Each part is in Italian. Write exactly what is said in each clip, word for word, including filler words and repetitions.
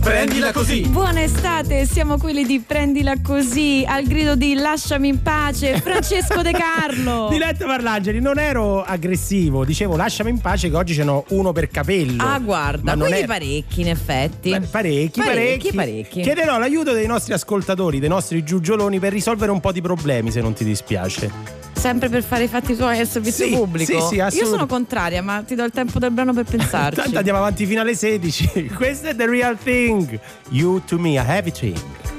Prendila così. Buona estate, siamo quelli di Prendila così, al grido di lasciami in pace, Francesco De Carlo. Diletta Parlangeli, non ero aggressivo, dicevo lasciami in pace che oggi ce n'ho uno per capello. Ah, guarda, ma quindi è... parecchi in effetti. Beh, parecchi, parecchi, parecchi, parecchi. Chiederò l'aiuto dei nostri ascoltatori, dei nostri giugioloni per risolvere un po' di problemi, se non ti dispiace. Sempre per fare i fatti tuoi al servizio sì, pubblico? Sì, sì, assolutamente. Io sono contraria, ma ti do il tempo del brano per pensarci. Tanto andiamo avanti fino alle sedici. Questo è The Real Thing. You to me, a heavy thing.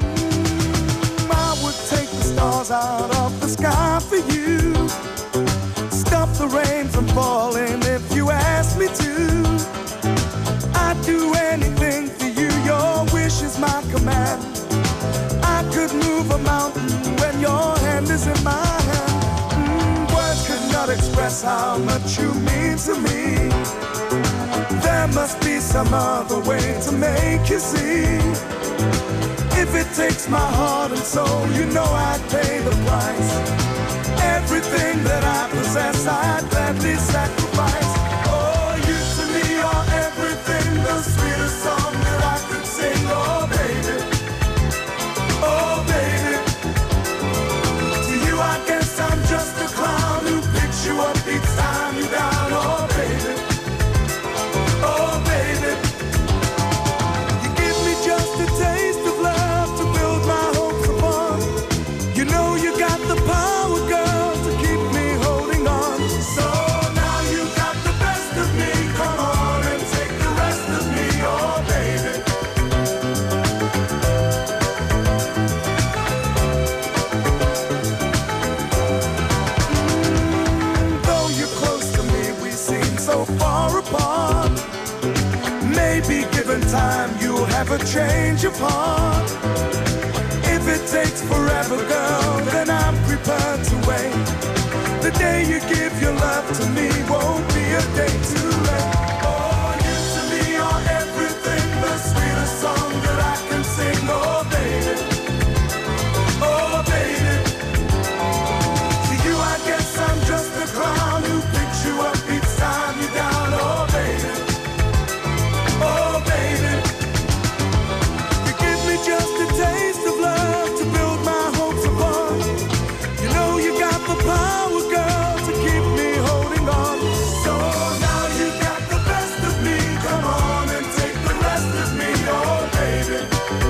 I would take the stars out of the sky for you. Stop the rain from falling if you ask me to. I'd do anything for you, your wish is my command. I could move a mountain when your hand is in my hand. Mm, words could not express how much you mean to me. There must be some other way to make you see. If it takes my heart and soul, you know I'd pay the price. Everything that I possess, I'd gladly sacrifice. Oh, you to me are everything, the sweetest song that I could sing. Oh, baby, oh, baby. To you I guess I'm just a clown who picks you up each time you're down. Oh, baby, oh, baby. You give me just a taste of love to build my hopes upon. You know you got the power, girl, to keep me holding on. So now you got the best of me. Come on and take the rest of me, oh, baby. Mm, though you're close to me, we seem so far apart. Maybe given time, you'll have a change of heart. If it takes forever, girl, then I'm prepared to wait. The day you give your love to me won't be a day too late. Oh, you to me are everything, the sweetest song that I can sing. Oh, baby, oh, baby. To you I guess I'm just a clown who picks you up each time you're down. Oh, baby, oh, baby. You give me just a taste of love to build my hopes upon. You know you got the power, girl, to keep me holding on. So now you got the best of me. Come on and take the rest of me, oh, baby.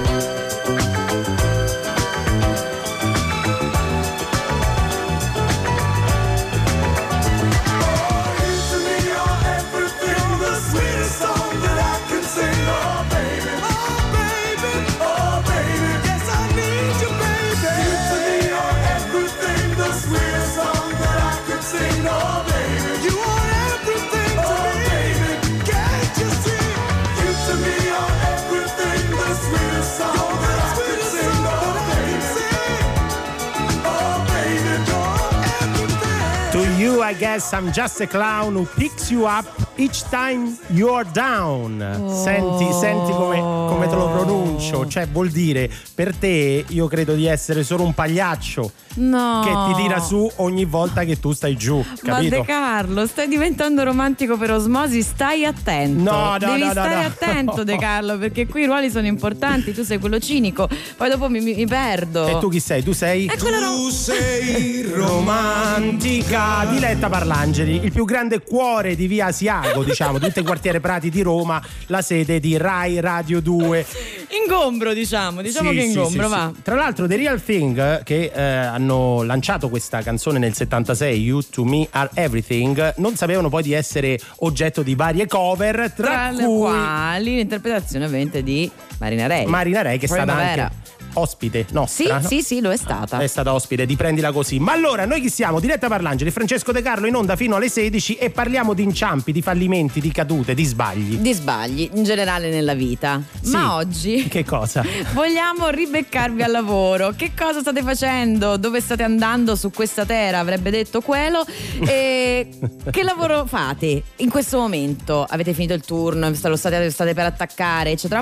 Oh, you to me are everything, the sweetest song that I can sing. Oh, baby, oh, baby, oh, baby. Yes, I need you, baby. You to me are everything, the sweetest song that I can sing. Oh, baby, you are everything to oh, me. Baby, can't you see? You to me are everything, the sweetest song that I can sing. Oh, baby, oh, baby, you're everything. To you I guess I'm just a clown who picks you up each time you're down. Oh. Senti, senti come, come te lo pronuncio. Cioè vuol dire, per te io credo di essere solo un pagliaccio No. che ti tira su ogni volta che tu stai giù, Ma capito? De Carlo, stai diventando romantico per osmosi, stai attento. No, no, Devi no, no, stare no. attento, De Carlo, perché qui i ruoli sono importanti, tu sei quello cinico, poi dopo mi, mi, mi perdo. E tu chi sei? Tu sei? È quella ro- Tu sei Romantica. Diletta Parlangeli, il più grande cuore di via Asiago, diciamo, di tutto il quartiere Prati di Roma, la sede di Rai Radio due. Ingombro, diciamo, diciamo Sì, che sì, ingombro, sì, va. sì. Tra l'altro The Real Thing, che eh, hanno lanciato questa canzone nel settantasei, You to Me Are Everything, non sapevano poi di essere oggetto di varie cover, tra, Tra le cui quali l'interpretazione ovviamente di Marina Rei. Marina Rei, che è stata Primavera. anche ospite Sì, nostra, no? sì, sì, lo è stata. È stata ospite di Prendila Così. Ma allora, noi chi siamo? Diletta Parlangeli, Francesco De Carlo in onda fino alle sedici e parliamo di inciampi, di fallimenti, di cadute, di sbagli. Di sbagli in generale nella vita. Sì. Ma oggi Che cosa? vogliamo ribeccarvi al lavoro. Che cosa state facendo? Dove state andando su questa terra? Avrebbe detto quello. E che lavoro fate in questo momento? Avete finito il turno? Lo state, state per attaccare, eccetera. Poi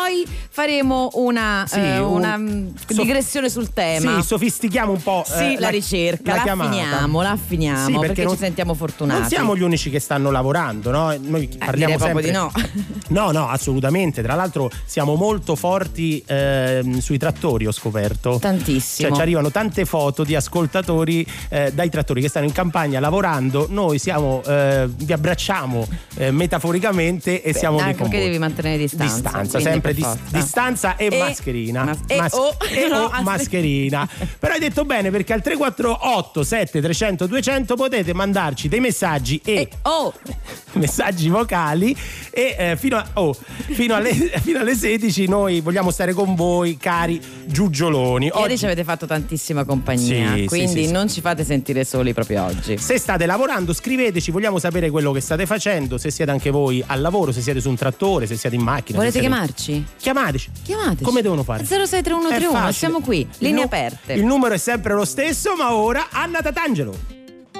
poi faremo una, Sì, eh, un- una mh, digressione sul tema. Sì, sofistichiamo un po' Sì, eh, la ricerca, la la chiamata. finiamo, la finiamo Sì, perché, non, ci sentiamo fortunati. Non siamo gli unici che stanno lavorando, no? Noi parliamo direi proprio sempre di no, no, assolutamente. Tra l'altro siamo molto forti ehm, sui trattori, ho scoperto. Tantissimo. Cioè ci arrivano tante foto di ascoltatori eh, dai trattori che stanno in campagna lavorando. Noi siamo eh, vi abbracciamo eh, metaforicamente e Beh, siamo lì anche con perché voi. devi mantenere distanza. Distanza, quindi sempre per dis- forza. distanza e, E- mascherina. mas- e Mas- o- e no, o aspetta. mascherina. Però hai detto bene, perché al tre quattro otto sette trecento duecento potete mandarci dei messaggi e, E- oh, messaggi vocali e eh, fino, a, oh, fino, alle, fino alle sedici noi vogliamo stare con voi, cari giugioloni. ieri Oggi, ci avete fatto tantissima compagnia, Sì, sì, quindi sì, sì. non ci fate sentire soli proprio oggi. se state lavorando scriveteci, vogliamo sapere quello che state facendo, se siete anche voi al lavoro, se siete su un trattore, se siete in macchina. Volete se siete... chiamarci? Chiamateci. Chiamateci. Come devono fare? zero sei tre uno tre È uno, facile. siamo qui, Il linee nu- aperte. Il numero è sempre lo stesso, ma ora Anna Tatangelo.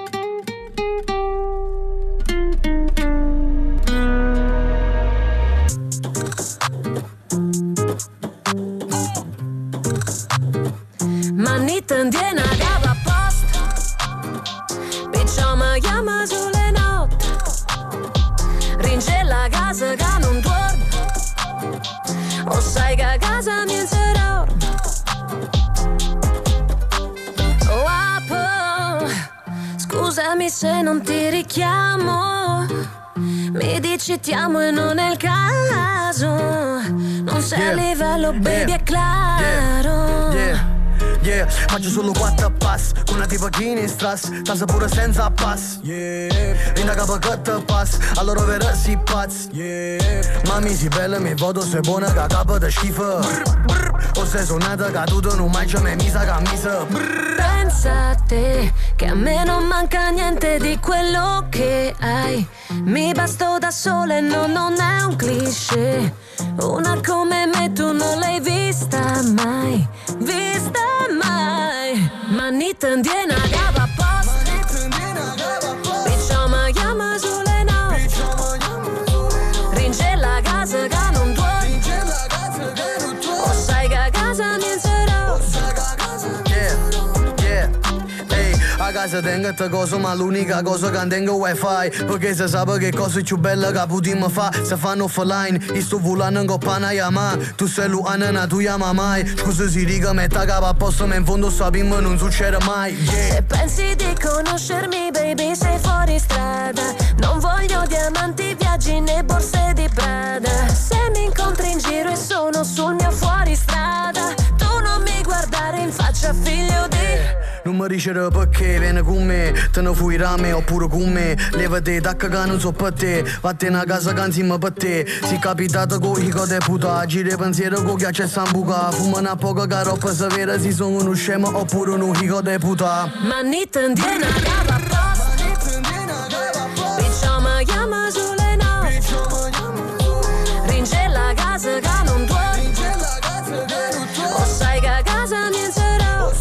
Manita indiena cava post, picciò mi chiama sulle notti, ringe la casa che non torna, o sai che a casa mi inserò. Oh, appo, scusami se non ti richiamo, mi dici ti amo e non è il caso, non sei Yeah. a livello baby, Yeah. è claro. Yeah, yeah, faccio solo quattro pass con una tipa che in stress, tasa pure senza pass. Yeah, in capa che te pass, allora verrà si pazz. Yeah, mami si bella, mi voto se buona che capa da schifo. O se suonata che tu non mai ci mi misa camisa. Pensa a te che a me non manca niente di quello che hai. Mi basto da sola e no, non è un cliché. Una come me tu non l'hai vista mai, vista mai. Manita indiena cava post, picciò mi chiama sulle notti, ringe la casa che non duole, o sai che a casa mi inserò. Yeah, yeah, ehi, a casa tengo te cosa, ma l'unica cosa che tengo è wifi. Perché se sape che cosa più bella che potremmo fa, se fanno offline, io sto volando in coppana chiama. Tu sei l'uana, tu chiama mai. Scusa si dica, metta capo a posto, ma in fondo sappiamo non succede mai. Yeah. Se pensi di conoscermi, baby, sei fuori strada. Non voglio diamanti, viaggi né borse di Prada. Se mi incontri in giro e sono sul mio fuoristrada, tu non mi guardare in faccia, figlio di... Non mi dicere perché vieni con me, te ne fui rame oppure con me. Levati tacca che non so per te, vattene a casa che insieme per te. Si capitato con i deputati, giri pensiero con chi c'è sambuca. Fuma una poca che roba severa, si sono uno scemo oppure uno hico deputato. Manita indiena cava post, picciò mi chiama sulle notti, ringe la casa che non duole, o sai che a casa mi inserò.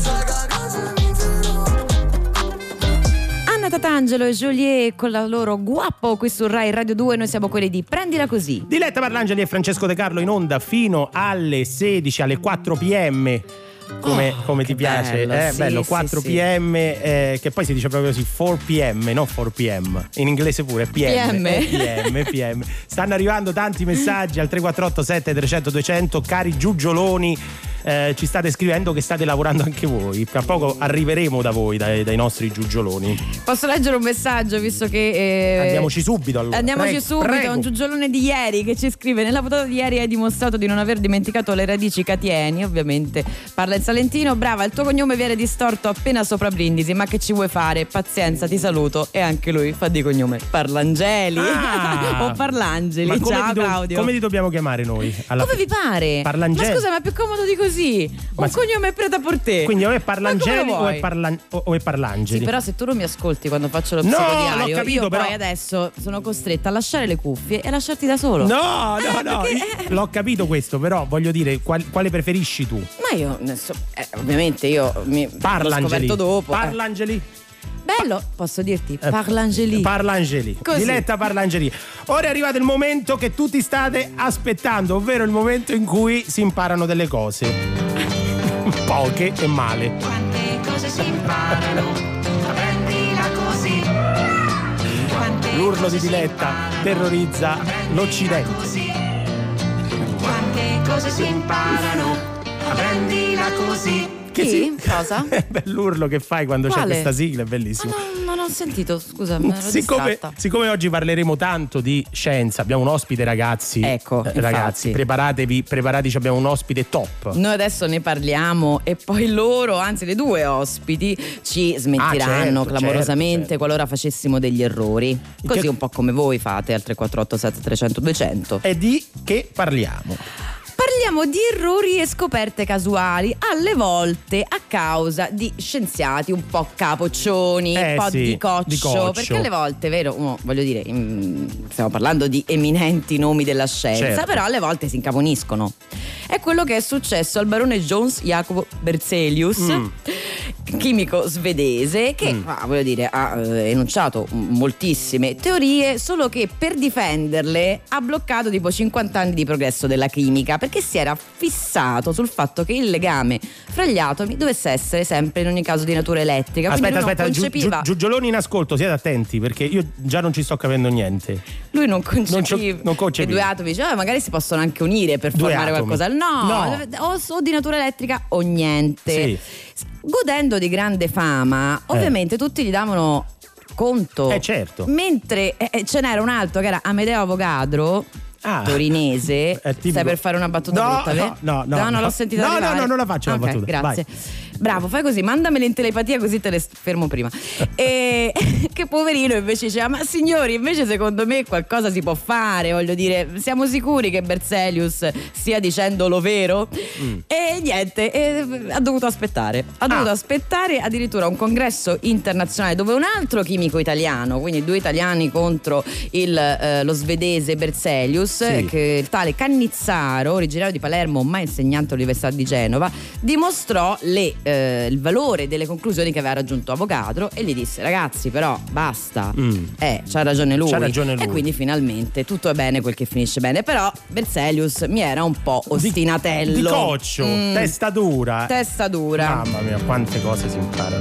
Anna Tatangelo e Joliet con la loro Guappo qui su Rai Radio due. Noi siamo quelli di Prendila Così. Diletta Parlangeli e Francesco De Carlo in onda fino alle sedici, alle quattro p m. Come, Oh, come che ti piace? bello, eh, sì, bello, sì, quattro sì. p m, eh, che poi si dice proprio così, quattro p m, non quattro p m. In inglese pure, P M. P M. eh, P M, P M. Stanno arrivando tanti messaggi al tre quattro otto sette trecento duecento, cari giugioloni. Eh, ci state scrivendo che state lavorando anche voi. Tra poco arriveremo da voi, dai, dai nostri giugioloni. Posso leggere un messaggio visto che eh, Andiamoci subito allora. Andiamoci Prego, subito. prego. Un giugiolone di ieri che ci scrive: nella puntata di ieri hai dimostrato di non aver dimenticato le radici catieni. Ovviamente parla in salentino. Brava, il tuo cognome viene distorto appena sopra Brindisi, ma che ci vuoi fare? Pazienza, ti saluto. E anche lui fa di cognome Parlangeli. Ah. O Parlangeli. Ma come Ciao ti do- Claudio. come ti dobbiamo chiamare noi? Alla Come fi- vi pare? Parlangeli. Ma scusa, ma è più comodo di così. Ma Un s- cognome preta por te. Quindi o è Ma come Parlangeli lo o vuoi? è, parlan- o- o è Parlangeli. Sì, però se tu non mi ascolti quando faccio lo No, psicodiario, l'ho capito, io però- poi adesso sono costretta a lasciare le cuffie e a lasciarti da solo. No, no, Eh, no, perché- io- l'ho capito questo, però voglio dire, qual- quale preferisci tu? Ma io, adesso, eh, ovviamente io mi l'ho Parlangeli. scoperto dopo. eh. Parlangeli. Bello, posso dirti, Parlangeli. Parlangeli. Così. Diletta Parlangeli. Ora è arrivato il momento che tutti state aspettando, ovvero il momento in cui si imparano delle cose. Poche e male. Quante cose si imparano, prendila così. Quante L'urlo di cose si Diletta imparano, terrorizza prendila l'Occidente. così. Quante cose si imparano, prendila così. Che Chi? si- Cosa? Beh, l'urlo che fai quando Quale? c'è questa sigla è bellissimo. Ah, no, non ho sentito, scusa, mi ero Siccome, distratta. siccome oggi parleremo tanto di scienza, abbiamo un ospite, ragazzi. Ecco, Eh, infatti. ragazzi, preparatevi, preparatici, abbiamo un ospite top. Noi adesso ne parliamo e poi loro, anzi le due ospiti, ci smettiranno Ah, certo, clamorosamente certo, certo. qualora facessimo degli errori. Così Che- un po' come voi fate al tre quattro otto sette tre zero zero due zero zero. E di che parliamo? Parliamo di errori e scoperte casuali, alle volte a causa di scienziati un po' capoccioni, Eh, un po' sì, di, coccio, di coccio. perché alle volte, vero, uno, voglio dire, mm, stiamo parlando di eminenti nomi della scienza, Certo. però alle volte si incaponiscono. È quello che è successo al barone Johannes Jacob Berzelius, Mm. chimico svedese, che ah, voglio dire, ha eh, enunciato mm, moltissime teorie, solo che per difenderle ha bloccato tipo cinquanta anni di progresso della chimica, perché si era fissato sul fatto che il legame fra gli atomi dovesse essere sempre in ogni caso di natura elettrica. Aspetta, quindi lui aspetta, non Giu- concepiva, Giu- Giugioloni in ascolto, siete attenti perché io già non ci sto capendo niente. lui non Non concepiva, ci- non concepiva. che due atomi, diceva, "Ah, magari si possono anche unire per Due formare atomi. qualcosa". No, No. O, o di natura elettrica o niente. Sì. Godendo di grande fama, ovviamente tutti gli davano conto. Eh, certo. Mentre eh, ce n'era un altro che era Amedeo Avogadro, Ah. torinese. È tipico. Stai per fare una battuta No, brutta, vero? no, no, non no. l'ho sentita No, no, arrivare. no, non la faccio una Ok, battuta. Grazie. Vai. Bravo, fai così, mandamele in telepatia così te le fermo prima. E che poverino invece diceva: ma signori, invece secondo me qualcosa si può fare, voglio dire, siamo sicuri che Berzelius stia dicendo lo vero? Mm. E niente, e ha dovuto aspettare. Ha dovuto Ah. aspettare addirittura un congresso internazionale dove un altro chimico italiano, quindi due italiani contro il, eh, lo svedese Berzelius, Sì. che il tale Cannizzaro, originario di Palermo ma insegnante all'Università di Genova, dimostrò le, eh, il valore delle conclusioni che aveva raggiunto Avogadro e gli disse: ragazzi, però basta, Mm. eh, c'ha ragione lui. C'ha ragione lui. E quindi finalmente tutto è bene quel che finisce bene. Però Berzelius mi era un po' ostinatello. Di coccio, Mm. testa dura. Testa dura. Mamma mia, quante cose si imparano.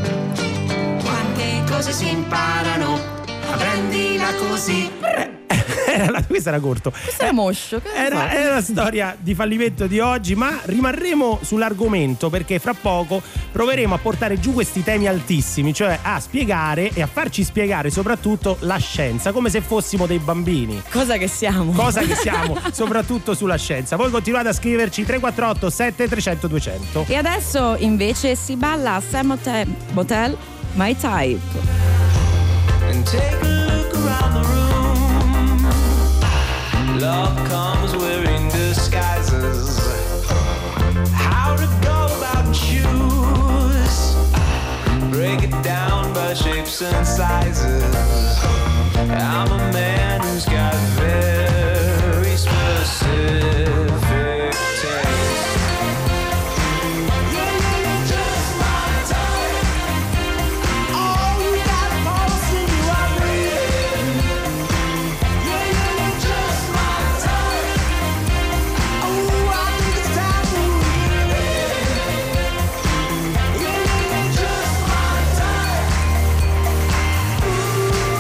Quante cose si imparano, prendila così. Era la- questo era corto. Questo era moscio. Che Era, ne so? era la storia di fallimento di oggi, ma rimarremo sull'argomento perché fra poco proveremo a portare giù questi temi altissimi, cioè a spiegare e a farci spiegare soprattutto la scienza, come se fossimo dei bambini. Cosa che siamo. Cosa che siamo, soprattutto sulla scienza. Voi continuate a scriverci tre quattro otto sette tre zero zero due zero zero. E adesso invece si balla a Sam Motel, Motel My Type. And take a look around the room. Love comes wearing disguises. How to go about shoes. Break it down by shapes and sizes. I'm a man who's got very specific taste. Yeah, you're just my type. Oh, you got a pulse in you, I read. Yeah, you're just my type. Oh, I think it's time to leave. Yeah, you're just my type. Ooh.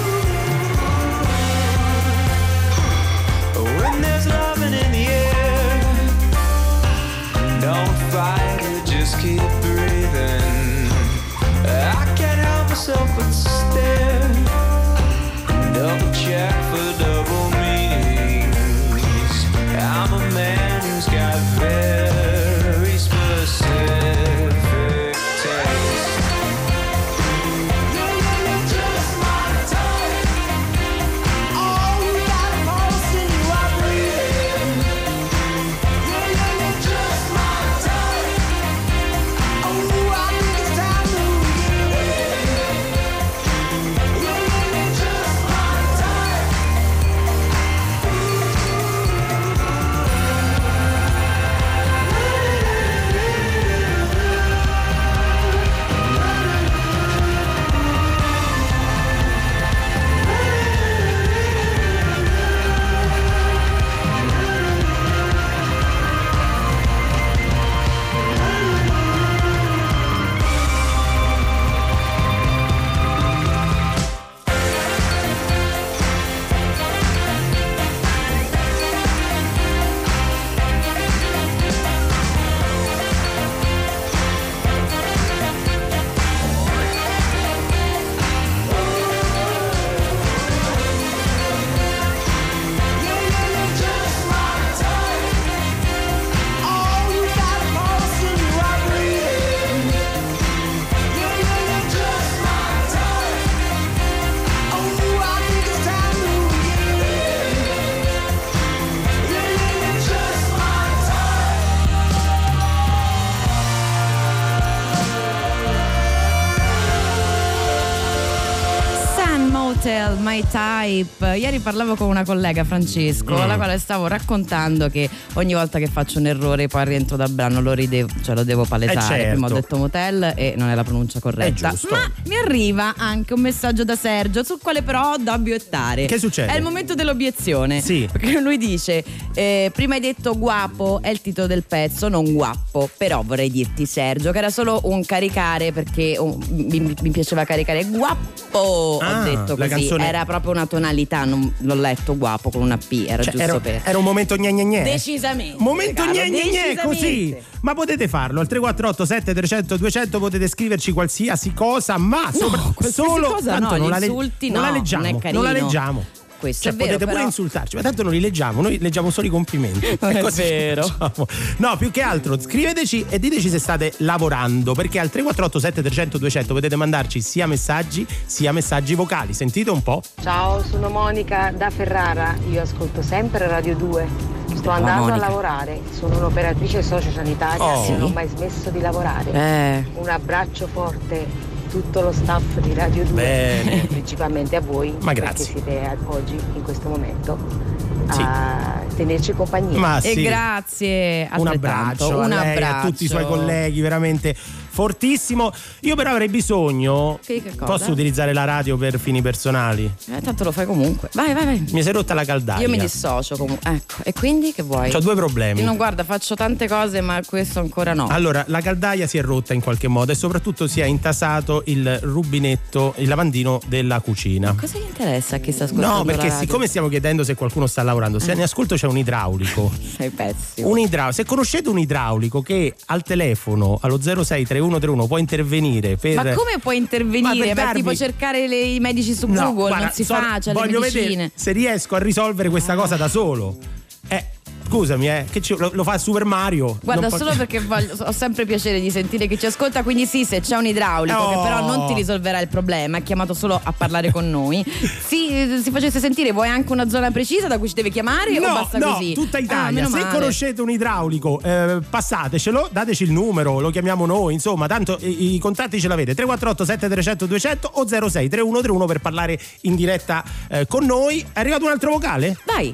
My Type. Ieri parlavo con una collega, Francesco, Mm. alla quale stavo raccontando che ogni volta che faccio un errore poi rientro dal brano lo ridevo, cioè lo devo palesare. Eh, certo. Prima ho detto motel e non è la pronuncia corretta. È giusto. Ma mi arriva anche un messaggio da Sergio sul quale però ho da obbiettare. Che succede? È il momento dell'obiezione. Sì. Perché lui dice eh, prima hai detto guapo, è il titolo del pezzo, non guappo. Però vorrei dirti, Sergio, che era solo un caricare, perché oh, mi, mi piaceva caricare guappo. Ah, ho detto la così. canzone- Era proprio una tonalità, non l'ho letto guapo con una P, era Cioè, giusto era, per. era un momento gne gne gne. Decisamente. Momento caro, gne gne gne, così. decisamente. Ma potete farlo al tre quattro otto sette trecento duecento, potete scriverci qualsiasi cosa, ma sopra- qualsiasi solo cosa tanto no, non gli la, le- insulti non la no, leggiamo, non è carino. non la leggiamo. Questo Cioè, è vero, potete pure però- insultarci, ma tanto non li leggiamo, noi leggiamo solo i complimenti. Non è così che vero. facciamo. No, più che altro scriveteci e diteci se state lavorando, perché al tre quattro otto sette trecento duecento potete mandarci sia messaggi sia messaggi vocali. Sentite un po'. Ciao, sono Monica da Ferrara, io ascolto sempre Radio due, sto andando Monica. a lavorare, sono un'operatrice sociosanitaria Oh. e non ho mai smesso di lavorare. Eh. Un abbraccio forte a tutto lo staff di Radio due, Bene. principalmente a voi, Ma perché grazie. siete a- oggi, in questo momento, Sì. a tenerci compagnia. Ma E sì. grazie Un altrettanto, abbraccio a un lei, abbraccio a tutti i suoi colleghi, veramente fortissimo. Io però avrei bisogno. Che- che cosa? Posso utilizzare la radio per fini personali? Eh, tanto lo fai comunque. Vai, vai, vai. Mi si è rotta la caldaia. Io mi dissocio comunque. Ecco, e quindi che vuoi? Ho due problemi. Io non guarda, faccio tante cose, ma questo ancora no. Allora, la caldaia si è rotta in qualche modo e soprattutto si è intasato il rubinetto, il lavandino della cucina. Cosa gli interessa a chi sta ascoltando No, perché la radio? siccome stiamo chiedendo se qualcuno sta lavorando, se ne ascolto c'è un idraulico. Sei pessimo. Un idraulico. Se conoscete un idraulico che al telefono allo zero sei tre uno tre uno può intervenire per. Ma come puoi Ma intervenire? per Per darvi- tipo cercare le- i medici su No, Google, guarda, non si so- faccia, le voglio medicine. vedere se riesco a risolvere questa cosa da solo. Eh, scusami, eh, che ci- lo, lo fa Super Mario. Guarda, Non po- solo perché voglio- ho sempre piacere di sentire chi ci ascolta, quindi sì, se c'è un idraulico Oh. che però non ti risolverà il problema, è chiamato solo a parlare con noi, sì, si facesse sentire. Vuoi anche una zona precisa da cui ci deve chiamare o No, basta no, così? tutta Ah, Italia. meno Se male. conoscete un idraulico, eh, passatecelo, dateci il numero, lo chiamiamo noi. Insomma, tanto i, i contatti ce l'avete: tre quattro otto sette trecento duecento o zero sei tre uno tre uno per parlare in diretta eh, con noi. È arrivato un altro vocale? Vai.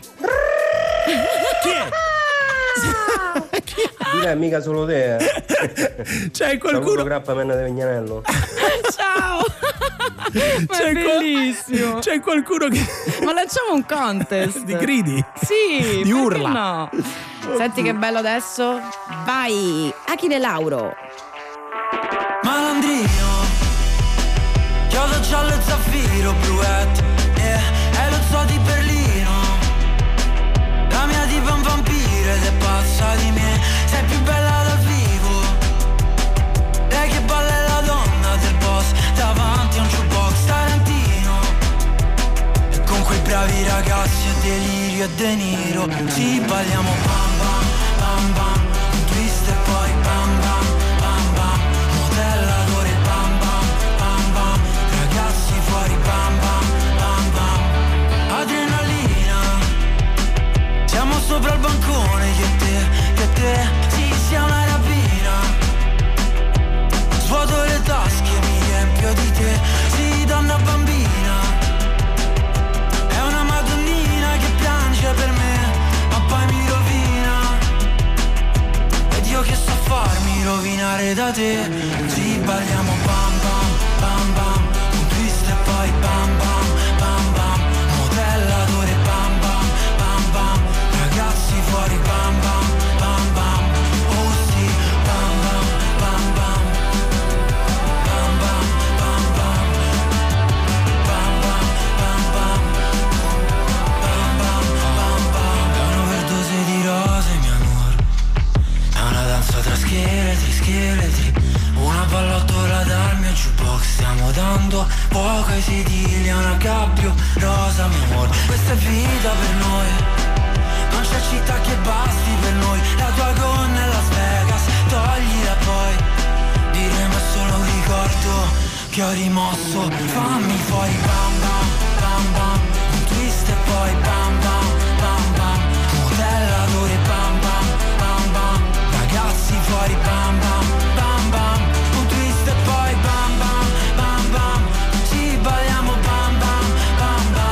Chi è? Non è mica solo te, eh. C'è Saluto qualcuno? Grappa Menna di Vignanello. Ciao. Ma C'è è qual- bellissimo. C'è qualcuno che. Ma lanciamo un contest Di gridi? Sì, Di perché urla? no? Senti che bello adesso. Vai, Achille Lauro. Malandrino, chiodo giallo e zaffiro bluette, yeah, è lo zoo di Berlino. La mia tipa è un vampiro ed è pazza di me. Sei più bella dal vivo. Lei che balla è la donna del boss, davanti a un jukebox Tarantino. E con quei bravi ragazzi è delirio e De Niro. Ci balliamo bam bam, bam bam, un twist e poi bam bam, bam bam. Modellatore bam bam, bam bam, ragazzi fuori bam bam, bam bam. Adrenalina, siamo sopra il bancone, che te, che te, sì, sia una rapina. Svuoto le tasche, mi riempio di te, sì, donna bambina. È una madonnina che piange per me, ma poi mi rovina. Ed io che so farmi rovinare da te. Sì, balliamo bam bam, bam bam, un twist e poi bam bam, bam bam. Modellatore bam bam, bam bam, ragazzi fuori bam bam, bam bam. Oh sì, bam bam, bam bam, bam bam, bam bam, bam bam, bam bam, bam bam, bam bam. È un'overdose di rose, mio amor. È una danza tra scheletri, scheletri. Una pallottola dal mio jukebox. Stiamo dando fuoco ai sedili a una gabbio rosa, mio amor. Questa è vita per noi. Non c'è città che basti per noi. La tua gonna è Las Vegas, toglila poi. Diremo è solo un ricordo che ho rimosso. Fammi fuori bam bam, bam bam, un twist e poi bam bam, bam bam. Modellatore bam bam, bam bam, ragazzi fuori bam bam, bam bam. Un twist e poi bam bam, bam bam. Ci balliamo bam bam, bam bam.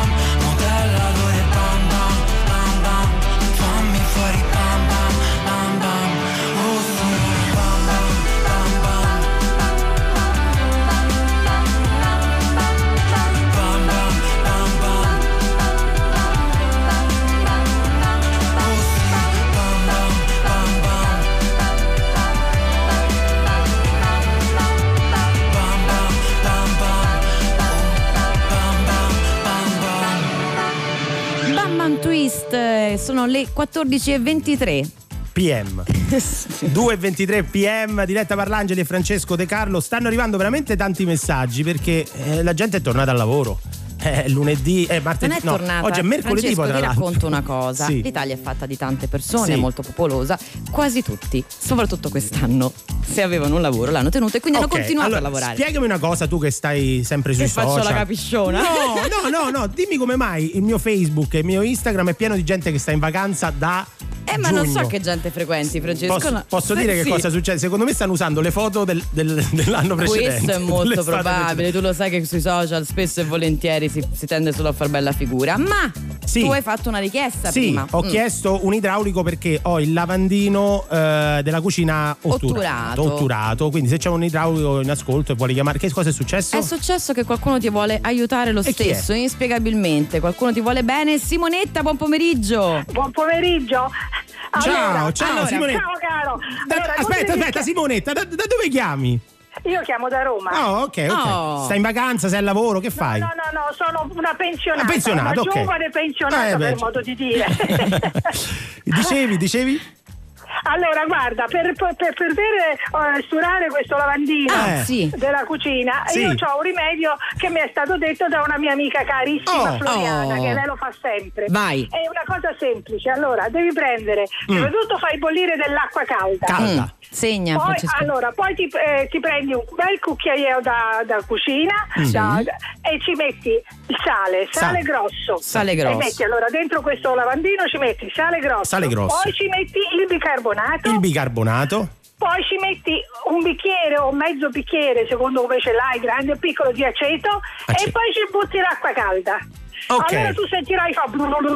eh, sono le quattordici e ventitré. P M due e ventitré P M, Diletta Parlangeli e Francesco De Carlo. Stanno arrivando veramente tanti messaggi perché eh, la gente è tornata al lavoro. È lunedì, è martedì, Non è no, tornata. oggi è mercoledì. Francesco, poi, tra ti l'altro. racconto una cosa. Sì. L'Italia è fatta di tante persone, Sì. è molto popolosa. Quasi tutti, soprattutto quest'anno, se avevano un lavoro l'hanno tenuto e quindi Ok, hanno continuato allora, a lavorare. Spiegami una cosa, tu che stai sempre sui Che social. faccio la capisciona? No, no, no, no, dimmi come mai il mio Facebook e il mio Instagram è pieno di gente che sta in vacanza da Eh, ma non so giugno. che gente frequenti, Francesco. Posso, no. posso dire Sì. che cosa succede? Secondo me stanno usando le foto del, del- dell'anno precedente. Questo è molto dell'estate probabile. precedente. Tu lo sai che sui social spesso e volentieri si, si tende solo a far bella figura. Ma Sì. tu hai fatto una richiesta Sì, prima. ho Mm. chiesto un idraulico perché ho il lavandino eh, della cucina otturato, Otturato. otturato. Quindi se c'è un idraulico in ascolto e vuole chiamare, che cosa è successo? È successo che qualcuno ti vuole aiutare lo E chi è? stesso, inspiegabilmente. Qualcuno ti vuole bene. Simonetta, buon pomeriggio. Buon pomeriggio. Ciao, Allora, ciao allora, Simonetta. Ciao caro. Da- Allora, aspetta, tu devi aspetta, Simonetta, da, da dove chiami? chi- Io chiamo da Roma. Oh, ok, ok. Oh. Stai in vacanza, sei al lavoro, che fai? No, no, no, sono una pensionata. Ah, pensionata, una ok. giovane pensionata, Eh, beh, per modo di dire. dicevi, dicevi? Allora, guarda, per, per, per poter eh, sturare questo lavandino Ah, sì. della cucina, Sì. io ho un rimedio che mi è stato detto da una mia amica carissima, Oh. Floriana, Oh. che lei lo fa sempre. Vai. È una cosa semplice. Allora, devi prendere, prima di tutto fai bollire dell'acqua calda. Calda. Mm. Segna, Poi, Francesco. allora, poi ti, eh, ti prendi un bel cucchiaio da, da cucina da- e ci metti il sale, sale Sale. grosso. Sale grosso. E metti allora dentro questo lavandino ci metti sale grosso. Sale grosso. Poi ci metti il bicarbonato. Il bicarbonato. Poi ci metti un bicchiere o mezzo bicchiere, secondo come ce l'hai, grande o piccolo, di aceto. Aceto. E poi ci butti l'acqua calda. Ok. Allora tu sentirai fa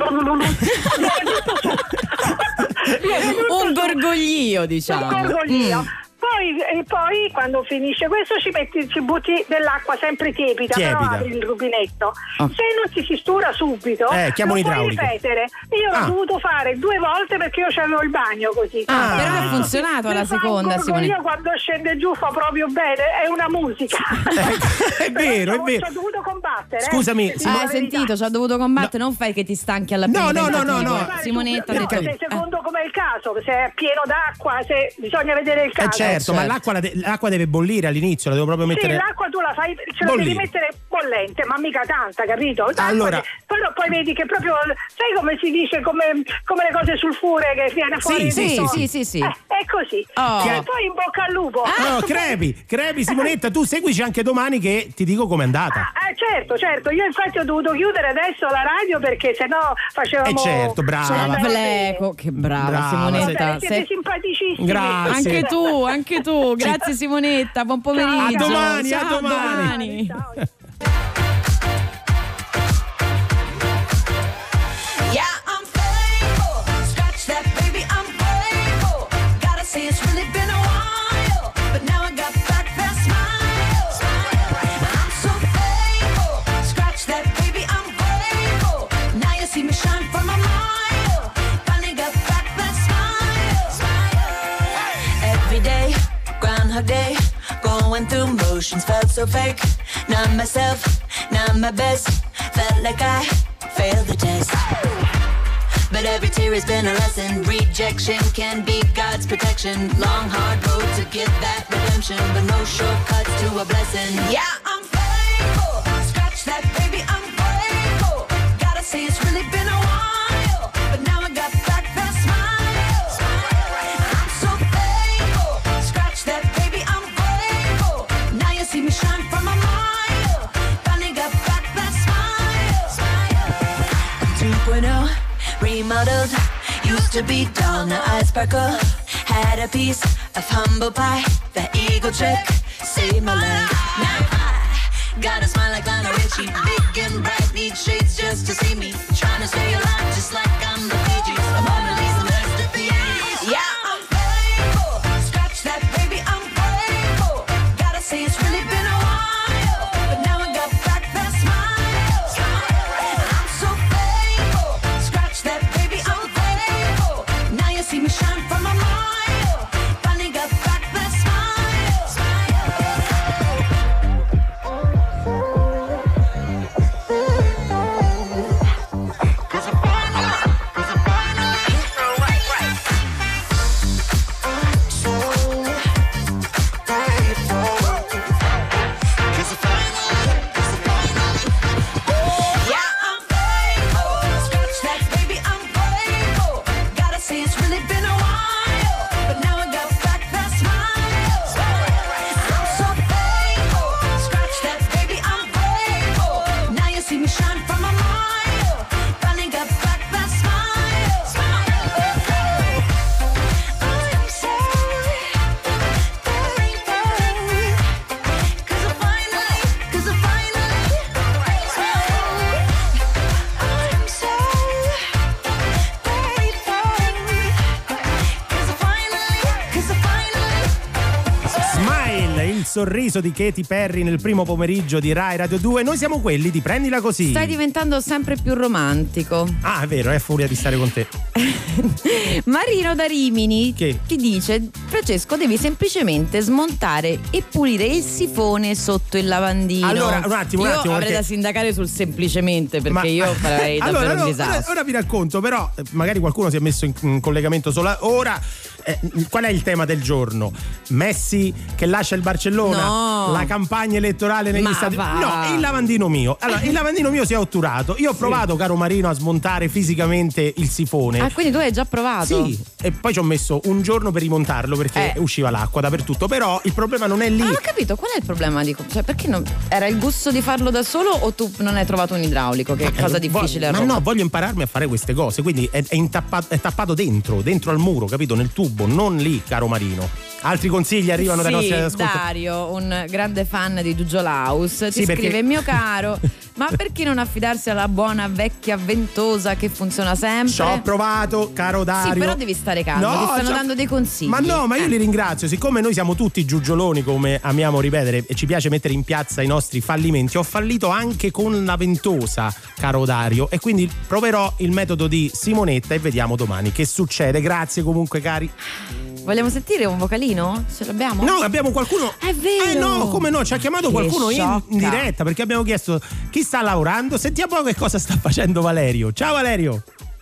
Viene tutto Un su. gorgoglio, diciamo. Un gorgoglio. Mm. Poi, e poi quando finisce questo ci metti, ci butti dell'acqua sempre tiepida, Tiepida. però apri il rubinetto. Oh. Se non ti si stura subito, Eh, chiamo lo un puoi idraulico. ripetere. Io l'ho Ah. dovuto fare due volte perché io c'avevo il bagno così. Ah, Ah. però è funzionato alla Mi fa un seconda, gorgoglio Simonetta. quando scende giù fa proprio bene, è una musica. è vero, è Però vero. Ci ho dovuto combattere. eh. Scusami, Ti dico Simo- la Ah, hai verità. sentito, ci ho dovuto combattere, non fai che ti stanchi alla prima. No, no, no, no, tentativo. no. Puoi fare Simonetta tu- ha detto no, lì. se secondo come è il caso, se è pieno d'acqua, se bisogna vedere il Eh caso. certo, ma certo. l'acqua, la de- l'acqua deve bollire all'inizio, la devo proprio Sì, mettere. l'acqua tu la fai, ce la Bollire. devi mettere bollente, ma mica tanta, capito? L'acqua Allora- che- però poi vedi che proprio, sai come si dice, come, come le cose sulfure che viene fuori? Sì, tutto? sì, sì, sì. Eh, è così. Oh. E poi in bocca al lupo. No, crepi, crepi Simonetta, tu seguici anche domani che ti dico com'è andata. Ah, eh, certo, certo, io infatti ho dovuto chiudere adesso la radio perché sennò facevamo... Eh, certo, brava. Fleco, che brava, Brava, Simonetta. Siete Sei- simpaticissimi. Grazie. Anche tu, anche tu. Grazie Simonetta, buon pomeriggio. A domani, a Ciao, domani. Ciao. Yeah, I'm faithful. Scratch that, baby, I'm faithful. Gotta say it's really been a while, but now I got back that smile. I'm so faithful. Scratch that, baby, I'm faithful. Now you see me shine from a mile. Finally got back that smile. Every day, Groundhog Day, going through motions, felt so fake. Not myself, not my best. Felt like I failed the test. But every tear has been a lesson. Rejection can be God's protection. Long, hard road to get that redemption, but no shortcuts to a blessing. Yeah, I'm faithful. Scratch that, baby, I'm faithful. Gotta say it's really been a while, but now I got back that smile. I'm so faithful. Scratch that, baby, I'm faithful. Now you see me shine from a mile. Finally got back that smile. two point oh, remodeled. Used to be dull, now I sparkle. Had a piece of humble pie. That eagle trick saved my life. Now I got a smile like Lionel Richie. Big and bright, need shades just to see me. Trying to stay alive just like I'm the Fiji. A Mona Lisa masterpiece. Yeah, I'm faithful. Scratch that, baby, I'm faithful. Gotta say it's really been a while, but now I got back that smile. I'm so faithful. Scratch that, baby, I'm faithful. Now you see me shine from a mile. Finally got back that smile. Cause I finally, cause I il sorriso di Katy Perry nel primo pomeriggio di Rai Radio due. Noi siamo quelli di Prendila Così. Stai diventando sempre più romantico. Ah, è vero, è furia di stare con te. Marino da Rimini che? ti dice: Francesco, devi semplicemente smontare e pulire il sifone sotto il lavandino. Allora, un attimo, un io attimo, avrei perché... da sindacare sul semplicemente, perché Ma... io farei davvero allora, un no, disastro. ora, ora vi racconto, però magari qualcuno si è messo in, in collegamento solo ora. Eh, qual è il tema del giorno? Messi che lascia il Barcellona? No. La campagna elettorale negli Ma Stati va. No, il lavandino mio. Allora, il lavandino mio si è otturato. Io ho provato, sì. caro Marino, a smontare fisicamente il sifone. Ah, quindi tu hai già provato? Sì, e poi ci ho messo un giorno per rimontarlo perché Eh. usciva l'acqua dappertutto. Però il problema non è lì. Ah, non ho capito, qual è il problema? Di, cioè, perché non, era il gusto di farlo da solo o tu non hai trovato un idraulico? Che è cosa Eh, difficile a Ma Roma. no, voglio impararmi a fare queste cose. Quindi è, è, intappato, è tappato dentro, dentro al muro, capito? Nel tubo, non lì, caro Marino. Altri consigli arrivano dai Sì, nostri ascoltatori. Dario, un grande fan di Giugio Laus, ti Sì, perché- scrive: mio caro, ma perché non affidarsi alla buona vecchia ventosa che funziona sempre? Ci ho provato, caro Dario. Sì, però devi stare calmo, No, ti stanno c'ho- dando dei consigli. Ma no, ma io Eh. li ringrazio. Siccome noi siamo tutti giugioloni, come amiamo ripetere, e ci piace mettere in piazza i nostri fallimenti, ho fallito anche con la ventosa, caro Dario. E quindi proverò il metodo di Simonetta e vediamo domani che succede. Grazie comunque, cari. Vogliamo sentire un vocalino? Ce l'abbiamo? No, abbiamo qualcuno. È vero! Eh no, come no? Ci ha chiamato Che qualcuno in, sciocca. in diretta perché abbiamo chiesto chi sta lavorando. Sentiamo che cosa sta facendo Valerio. Ciao Valerio.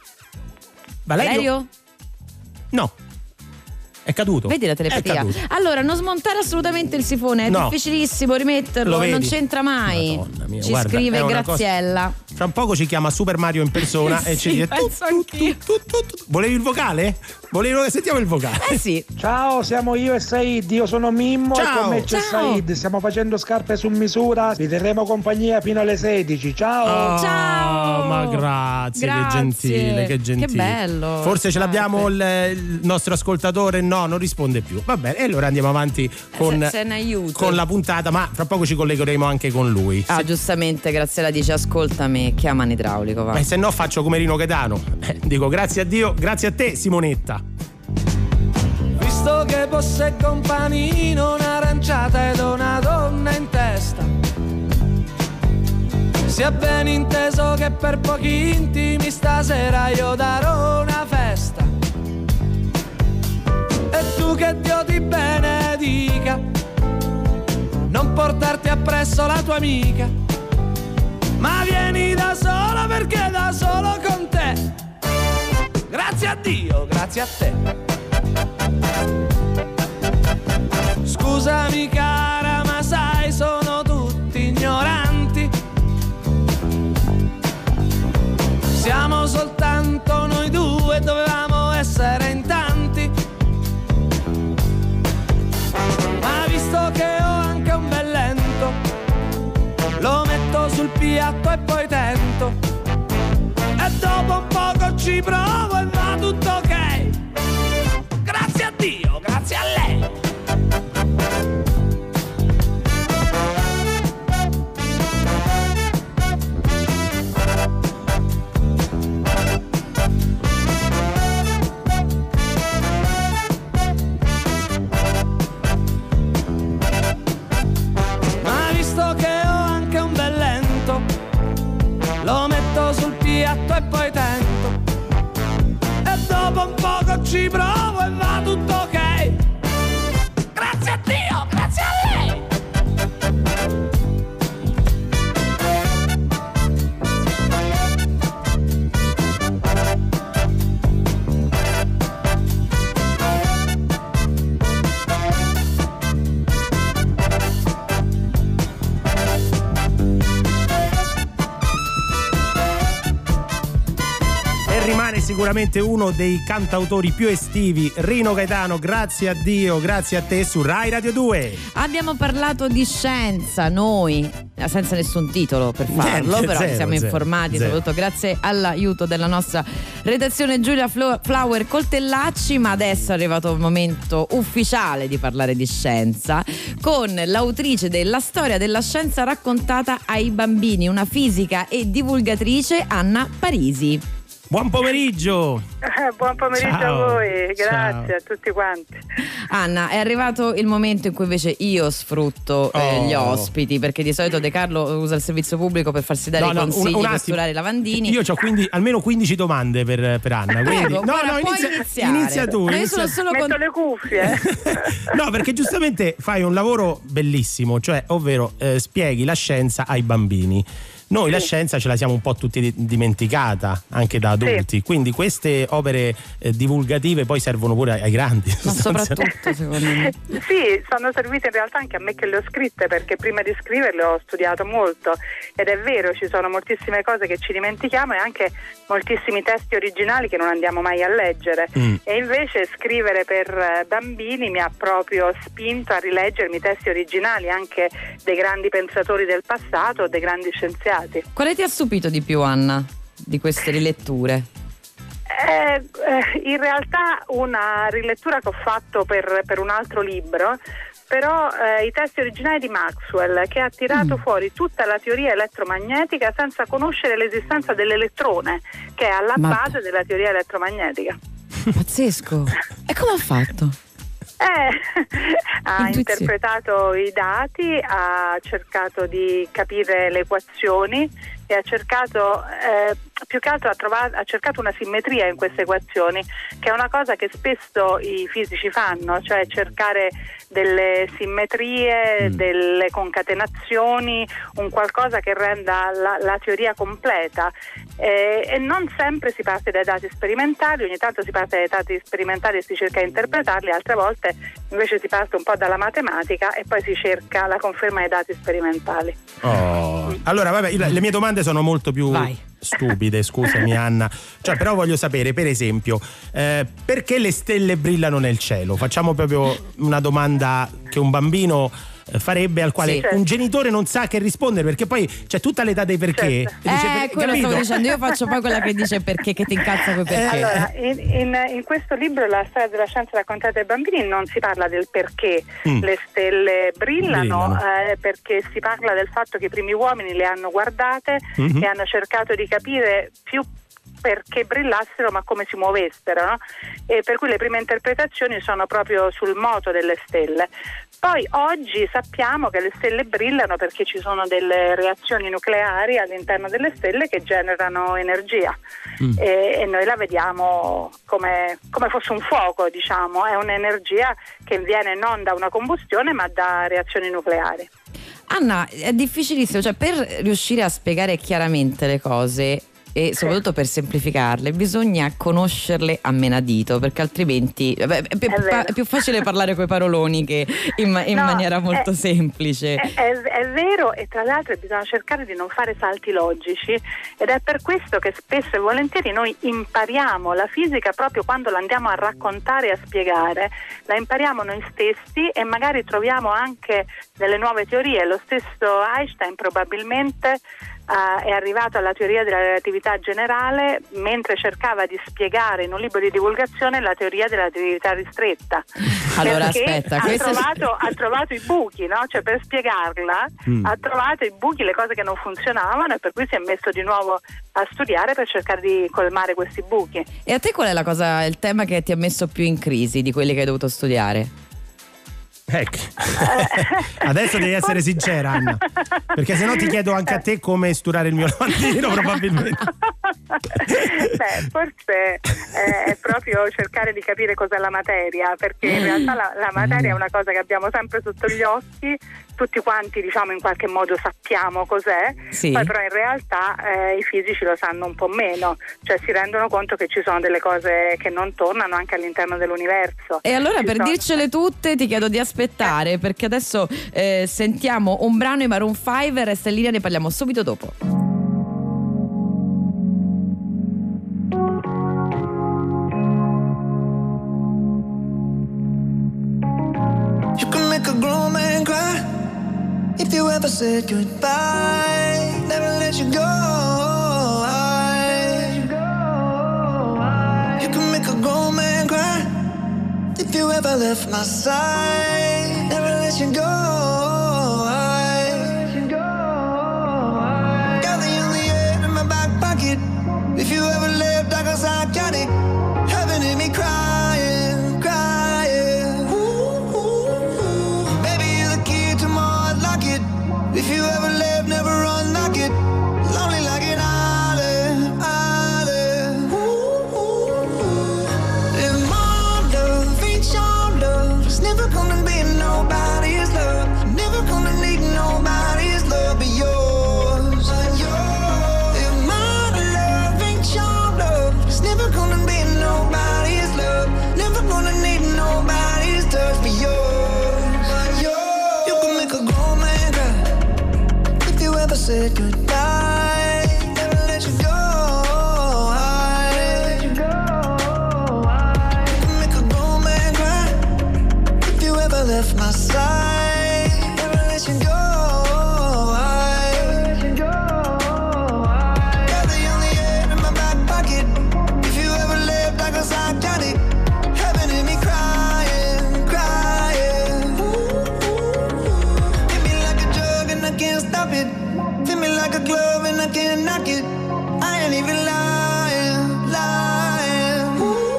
Valerio? No. È caduto. Vedi la È telepatia? caduto. Allora, non smontare assolutamente il sifone, è No. difficilissimo rimetterlo, Lo vedi? non c'entra mai. Madonna mia, Ci guarda, scrive è una Graziella. Fra un poco ci chiama Super Mario in persona e ci Sì, dice tu, penso anch'io. tu, tu, tu. Volevi il vocale? Volevi sentiamo il vocale. Eh sì. Ciao, siamo io e Said, io sono Mimmo Ciao. e con me c'è Ciao. Said, stiamo facendo scarpe su misura, vi terremo compagnia fino alle sedici, ciao! Oh, Ciao. ma grazie, Grazie. che gentile, che gentile. Che bello. Forse ce Scarpe. l'abbiamo il, il nostro ascoltatore? No, non risponde più. Va bene, e allora andiamo avanti con, Se- se ne aiuto. con la puntata, ma fra poco ci collegheremo anche con lui. Ah, Se- giustamente Graziella dice: ascoltami, chiama un idraulico, va. Ma se no faccio come Rino Gaetano. Eh, dico grazie a Dio, grazie a te Simonetta. Visto che posseggo un panino, un'aranciata ed una donna in testa, sia ben inteso che per pochi intimi stasera io darò una festa. E tu che Dio ti benedica, non portarti appresso la tua amica, ma vieni da sola perché da solo con te. Grazie a Dio, grazie a te. Scusami cara, ma sai, sono tutti ignoranti. Siamo soltanto noi due, dovevamo essere in tanti. Ma visto che ho anche un bel lento, lo metto sul piatto e poi tento. E dopo un poco ci provo e va tutto ok. Grazie a Dio, grazie a lei. Ma visto che ho anche un bel lento, lo metto sul piatto e poi tento. E dopo un poco ci provo e va tutto ok. Grazie a Dio, grazie a lei. E rimane sicuramente uno dei cantautori più estivi, Rino Gaetano. Grazie a Dio, grazie a te su Rai Radio due. Abbiamo parlato di scienza, noi, senza nessun titolo per farlo, Niente, però zero, ci siamo zero, informati, zero. soprattutto grazie all'aiuto della nostra redazione Giulia Flo- Flower Coltellacci. Ma adesso è arrivato il momento ufficiale di parlare di scienza con l'autrice della storia della scienza raccontata ai bambini, una fisica e divulgatrice, Anna Parisi. Buon pomeriggio. Eh, buon pomeriggio Ciao. a voi, grazie Ciao. a tutti quanti. Anna, è arrivato il momento in cui invece io sfrutto eh, Oh. gli ospiti, perché di solito De Carlo usa il servizio pubblico per farsi dare No, i no, un- consigli un per attimo. sturare i lavandini. Io ho quindi almeno quindici domande per, per Anna. Quindi, Prego, no, guarda, no, puoi inizia, iniziare. inizia tu. Ma io inizia- sono solo Metto con- le cuffie. No, perché giustamente fai un lavoro bellissimo, cioè, ovvero eh, spieghi la scienza ai bambini. Noi la scienza ce la siamo un po' tutti di- dimenticata, anche da adulti, quindi queste opere eh, divulgative poi servono pure ai, ai grandi. Ma sostanzialmente. soprattutto secondo me. Sì, sono servite in realtà anche a me che le ho scritte, perché prima di scriverle ho studiato molto, ed è vero, ci sono moltissime cose che ci dimentichiamo e anche moltissimi testi originali che non andiamo mai a leggere. Mm. E invece scrivere per eh, bambini mi ha proprio spinto a rileggermi i testi originali anche dei grandi pensatori del passato, dei grandi scienziati. Quale ti ha stupito di più, Anna, di queste riletture? Eh, eh, in realtà una rilettura che ho fatto per, per un altro libro, però eh, i testi originali di Maxwell, che ha tirato Mm. fuori tutta la teoria elettromagnetica senza conoscere l'esistenza dell'elettrone, che è alla Ma- base della teoria elettromagnetica. Pazzesco. E come ha fatto? Eh, ha Intuizione. interpretato i dati, ha cercato di capire le equazioni e ha cercato, eh, più che altro ha, trovato, ha cercato una simmetria in queste equazioni, che è una cosa che spesso i fisici fanno, cioè cercare delle simmetrie, Mm. delle concatenazioni, un qualcosa che renda la, la teoria completa. Eh, e non sempre si parte dai dati sperimentali, ogni tanto si parte dai dati sperimentali e si cerca di interpretarli, altre volte invece si parte un po' dalla matematica e poi si cerca la conferma dei dati sperimentali. Oh. Allora, vabbè, io- le mie domande sono molto più Vai. stupide, scusami Anna. Cioè, però voglio sapere, per esempio, eh, perché le stelle brillano nel cielo? Facciamo proprio una domanda che un bambino eh, farebbe, al quale Sì. un genitore non sa che rispondere, perché poi c'è tutta l'età dei perché. Certo. E dice, Eh, per- quello capito? stavo dicendo. Io faccio poi quella che dice perché, che ti incazza quei perché. Allora, in, in- in questo libro, La storia della scienza raccontata ai bambini, non si parla del perché Mm. le stelle brillano, Brillano. eh, perché si parla del fatto che i primi uomini le hanno guardate Mhm. e hanno cercato di capire più perché brillassero, ma come si muovessero, no? E per cui le prime interpretazioni sono proprio sul moto delle stelle. Poi oggi sappiamo che le stelle brillano perché ci sono delle reazioni nucleari all'interno delle stelle che generano energia. Mm. e, e noi la vediamo come, come fosse un fuoco, diciamo, è un'energia che viene non da una combustione ma da reazioni nucleari. Anna, è difficilissimo, cioè per riuscire a spiegare chiaramente le cose e soprattutto per semplificarle bisogna conoscerle a menadito, perché altrimenti vabbè, è, più, È vero. è più facile parlare coi paroloni che in, ma- in No, maniera molto è- semplice. È, è- è vero, e tra l'altro bisogna cercare di non fare salti logici, ed è per questo che spesso e volentieri noi impariamo la fisica proprio quando la andiamo a raccontare e a spiegare, la impariamo noi stessi e magari troviamo anche delle nuove teorie. Lo stesso Einstein probabilmente Uh, è arrivato alla teoria della relatività generale mentre cercava di spiegare in un libro di divulgazione la teoria della relatività ristretta. Allora, Perché aspetta, ha questo è- trovato, ha trovato i buchi, no? Cioè, per spiegarla Mm. ha trovato i buchi, le cose che non funzionavano, e per cui si è messo di nuovo a studiare per cercare di colmare questi buchi. E a te qual è la cosa, il tema che ti ha messo più in crisi di quelli che hai dovuto studiare? Ecco. Adesso devi essere sincera, Anna, perché sennò ti chiedo anche a te come sturare il mio lavandino, probabilmente. Beh, forse eh, è proprio cercare di capire cos'è la materia, perché in realtà la, la materia è una cosa che abbiamo sempre sotto gli occhi, tutti quanti diciamo in qualche modo sappiamo cos'è, Sì. poi però in realtà eh, i fisici lo sanno un po' meno, cioè si rendono conto che ci sono delle cose che non tornano anche all'interno dell'universo. E allora Ci per sono- dircele tutte ti chiedo di aspettare, perché adesso eh, sentiamo un brano, i Maroon cinque, resta in linea, ne parliamo subito dopo. You can make a grown man cry if you ever said goodbye. Never let you go. You can make a grown man cry if you ever left my side. Never let you go. Got the only air in my back pocket. If you ever left, I side, never let you go. You're the only air in my back pocket. If you ever lived like a psychotic, heaven in me crying, crying. Hit me like a drug and I can't stop it. Feel me like a glove and I can't knock it. I ain't even lying, lying.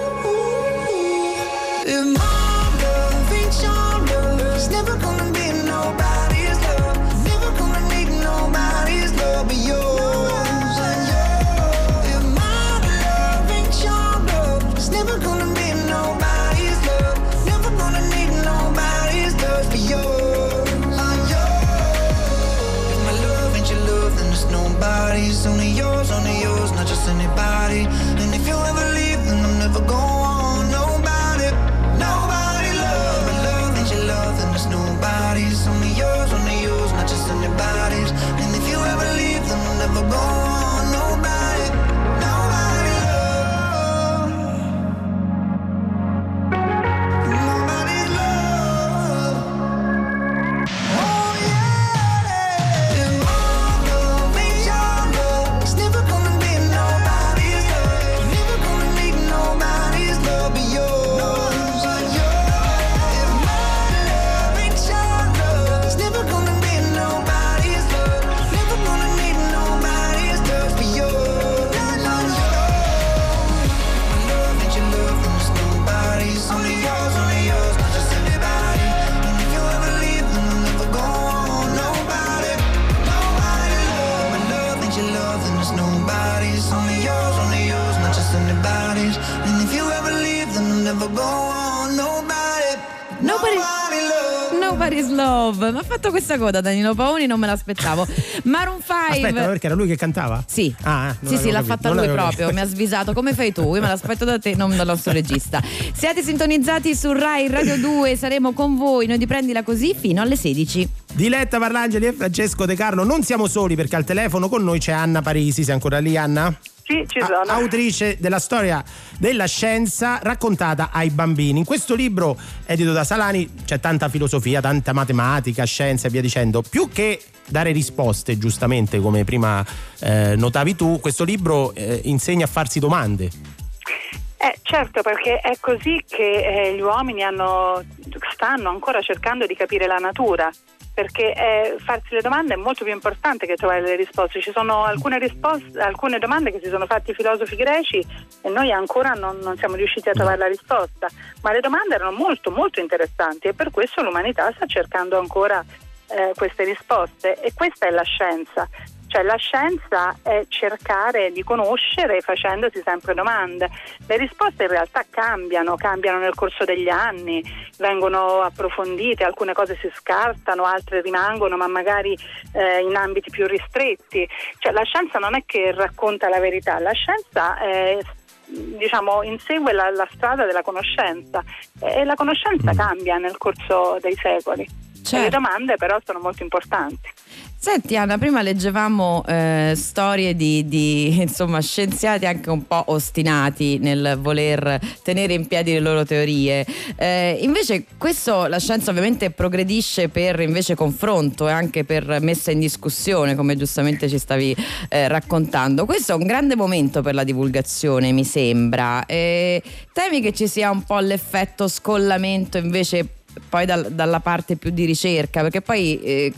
If my love ain't your love, it's never gonna be nobody's love. Never gonna need nobody's love but yours and yours. If my love ain't your love, it's never gonna be nobody's love. Never gonna need nobody's love but yours and yours. If my love ain't your love, then it's nobody's. Only yours, only yours, not just anybody. And if you ever leave, then I'm never going. Nobody, nobody love. My love ain't your love, then it's nobody's. Only yours, only yours, not just anybody's. And if you ever leave, then I'm never going. Nobody, nobody love. Nobody's love. Oh yeah. If my love ain't your love, it's never gonna be nobody's love. Never gonna need nobody's love but yours and yours. If my love ain't your love, it's never gonna be nobody's love. Never gonna need nobody's love but yours and yours. My love ain't your love, then it's nobody's. Only yours, only yours, not just anybody. And if you ever leave, then I'm never going. Nobody, nobody love. My love ain't your love, then it's nobody's. Only yours, only yours, not just anybody's. And if you ever leave, then I'm never going. Nobody, Nobody- nobody love. Nobody's Love. Ma ha fatto questa coda Danilo Paoni, non me l'aspettavo. Maroon cinque. Aspetta, ma perché era lui che cantava? Sì, Ah, non sì, avevo sì, l'ha capito, fatta non lui avevo proprio, capito. mi ha svisato come fai tu, io me l'aspetto da te, non dal nostro regista. Siete sintonizzati su Rai Radio due, saremo con voi, noi di Prendila Così fino alle sedici. Diletta Parlangeli e Francesco De Carlo, non siamo soli perché al telefono con noi c'è Anna Parisi. Sei ancora lì, Anna? Sì, ci A- sono. autrice della storia della scienza raccontata ai bambini. In questo libro edito da Salani c'è tanta filosofia, tanta matematica, scienza e via dicendo. Più che dare risposte, giustamente come prima eh, notavi tu, questo libro eh, insegna a farsi domande. Eh, certo, perché è così che eh, gli uomini hanno, stanno ancora cercando di capire la natura, perché eh, farsi le domande è molto più importante che trovare le risposte. Ci sono alcune risposte, alcune domande che si sono fatti i filosofi greci e noi ancora non, non siamo riusciti a trovare la risposta, ma le domande erano molto molto interessanti e per questo l'umanità sta cercando ancora eh, queste risposte, e questa è la scienza. Cioè la scienza è cercare di conoscere facendosi sempre domande. Le risposte in realtà cambiano, cambiano nel corso degli anni, vengono approfondite, alcune cose si scartano, altre rimangono, ma magari eh, in ambiti più ristretti. Cioè la scienza non è che racconta la verità, la scienza è, diciamo, insegue la, la strada della conoscenza e la conoscenza cambia nel corso dei secoli. Certo. E le domande però sono molto importanti. Senti Anna, prima leggevamo eh, storie di, di insomma scienziati anche un po' ostinati nel voler tenere in piedi le loro teorie. Eh, invece questo, la scienza ovviamente progredisce per invece confronto e anche per messa in discussione, come giustamente ci stavi eh, raccontando. Questo è un grande momento per la divulgazione, mi sembra. Eh, temi che ci sia un po' l'effetto scollamento invece poi dal, dalla parte più di ricerca, perché poi eh,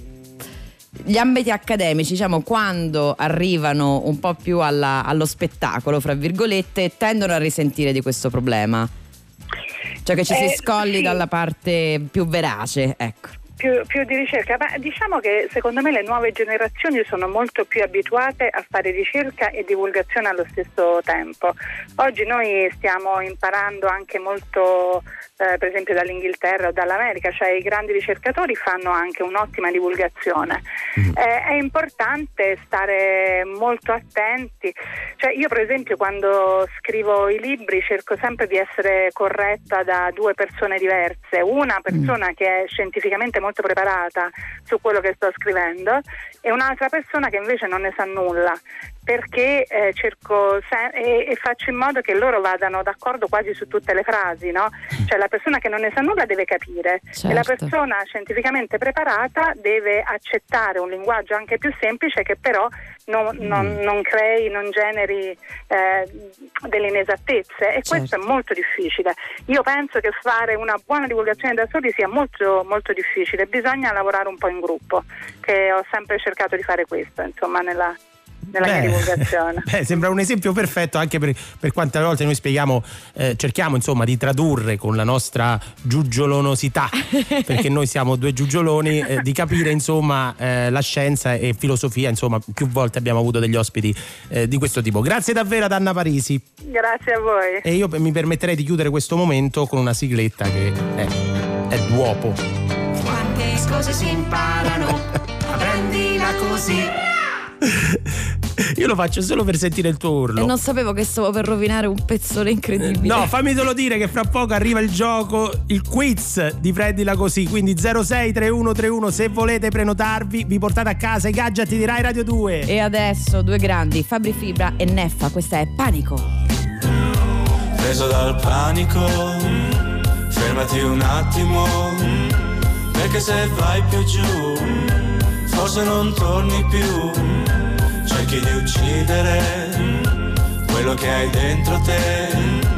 gli ambiti accademici, diciamo, quando arrivano un po' più alla, allo spettacolo, fra virgolette, tendono a risentire di questo problema, cioè che ci si Eh, scolli sì. dalla parte più verace, ecco. Più, più di ricerca, ma diciamo che secondo me le nuove generazioni sono molto più abituate a fare ricerca e divulgazione allo stesso tempo. Oggi noi stiamo imparando anche molto, eh, per esempio dall'Inghilterra o dall'America, cioè i grandi ricercatori fanno anche un'ottima divulgazione. Eh, è importante stare molto attenti, cioè io per esempio quando scrivo i libri cerco sempre di essere corretta da due persone diverse, una persona che è scientificamente molto preparata su quello che sto scrivendo, e un'altra persona che invece non ne sa nulla, perché eh, cerco se- e-, e faccio in modo che loro vadano d'accordo quasi su tutte le frasi, no? Cioè la persona che non ne sa nulla deve capire, Certo. e la persona scientificamente preparata deve accettare un linguaggio anche più semplice, che però non, non, non crei, non generi eh, delle inesattezze, e questo Certo. è molto difficile. Io penso che fare una buona divulgazione da soli sia molto molto difficile, bisogna lavorare un po' in gruppo, che ho sempre cercato di fare questo, insomma, nella nella mia divulgazione. Beh, sembra un esempio perfetto anche per, per quante volte noi spieghiamo, eh, cerchiamo insomma di tradurre con la nostra giugiolonosità, perché noi siamo due giugioloni, eh, di capire insomma eh, la scienza e filosofia. Insomma, più volte abbiamo avuto degli ospiti eh, di questo tipo. Grazie davvero ad Anna Parisi. Grazie a voi. E io mi permetterei di chiudere questo momento con una sigletta che è, è d'uopo. Quante cose si imparano, apprendila così. Io lo faccio solo per sentire il tuo urlo. E non sapevo che stavo per rovinare un pezzone incredibile. No, fammi solo dire che fra poco arriva il gioco, il quiz di Prendila Così. Quindi zero sei tre uno tre uno, se volete prenotarvi, vi portate a casa i gadget di Rai Radio due. E adesso due grandi, Fabri Fibra e Neffa, questa è Panico. Preso dal panico, fermati un attimo, perché se vai più giù, forse non torni più. Cerchi di uccidere quello che hai dentro te,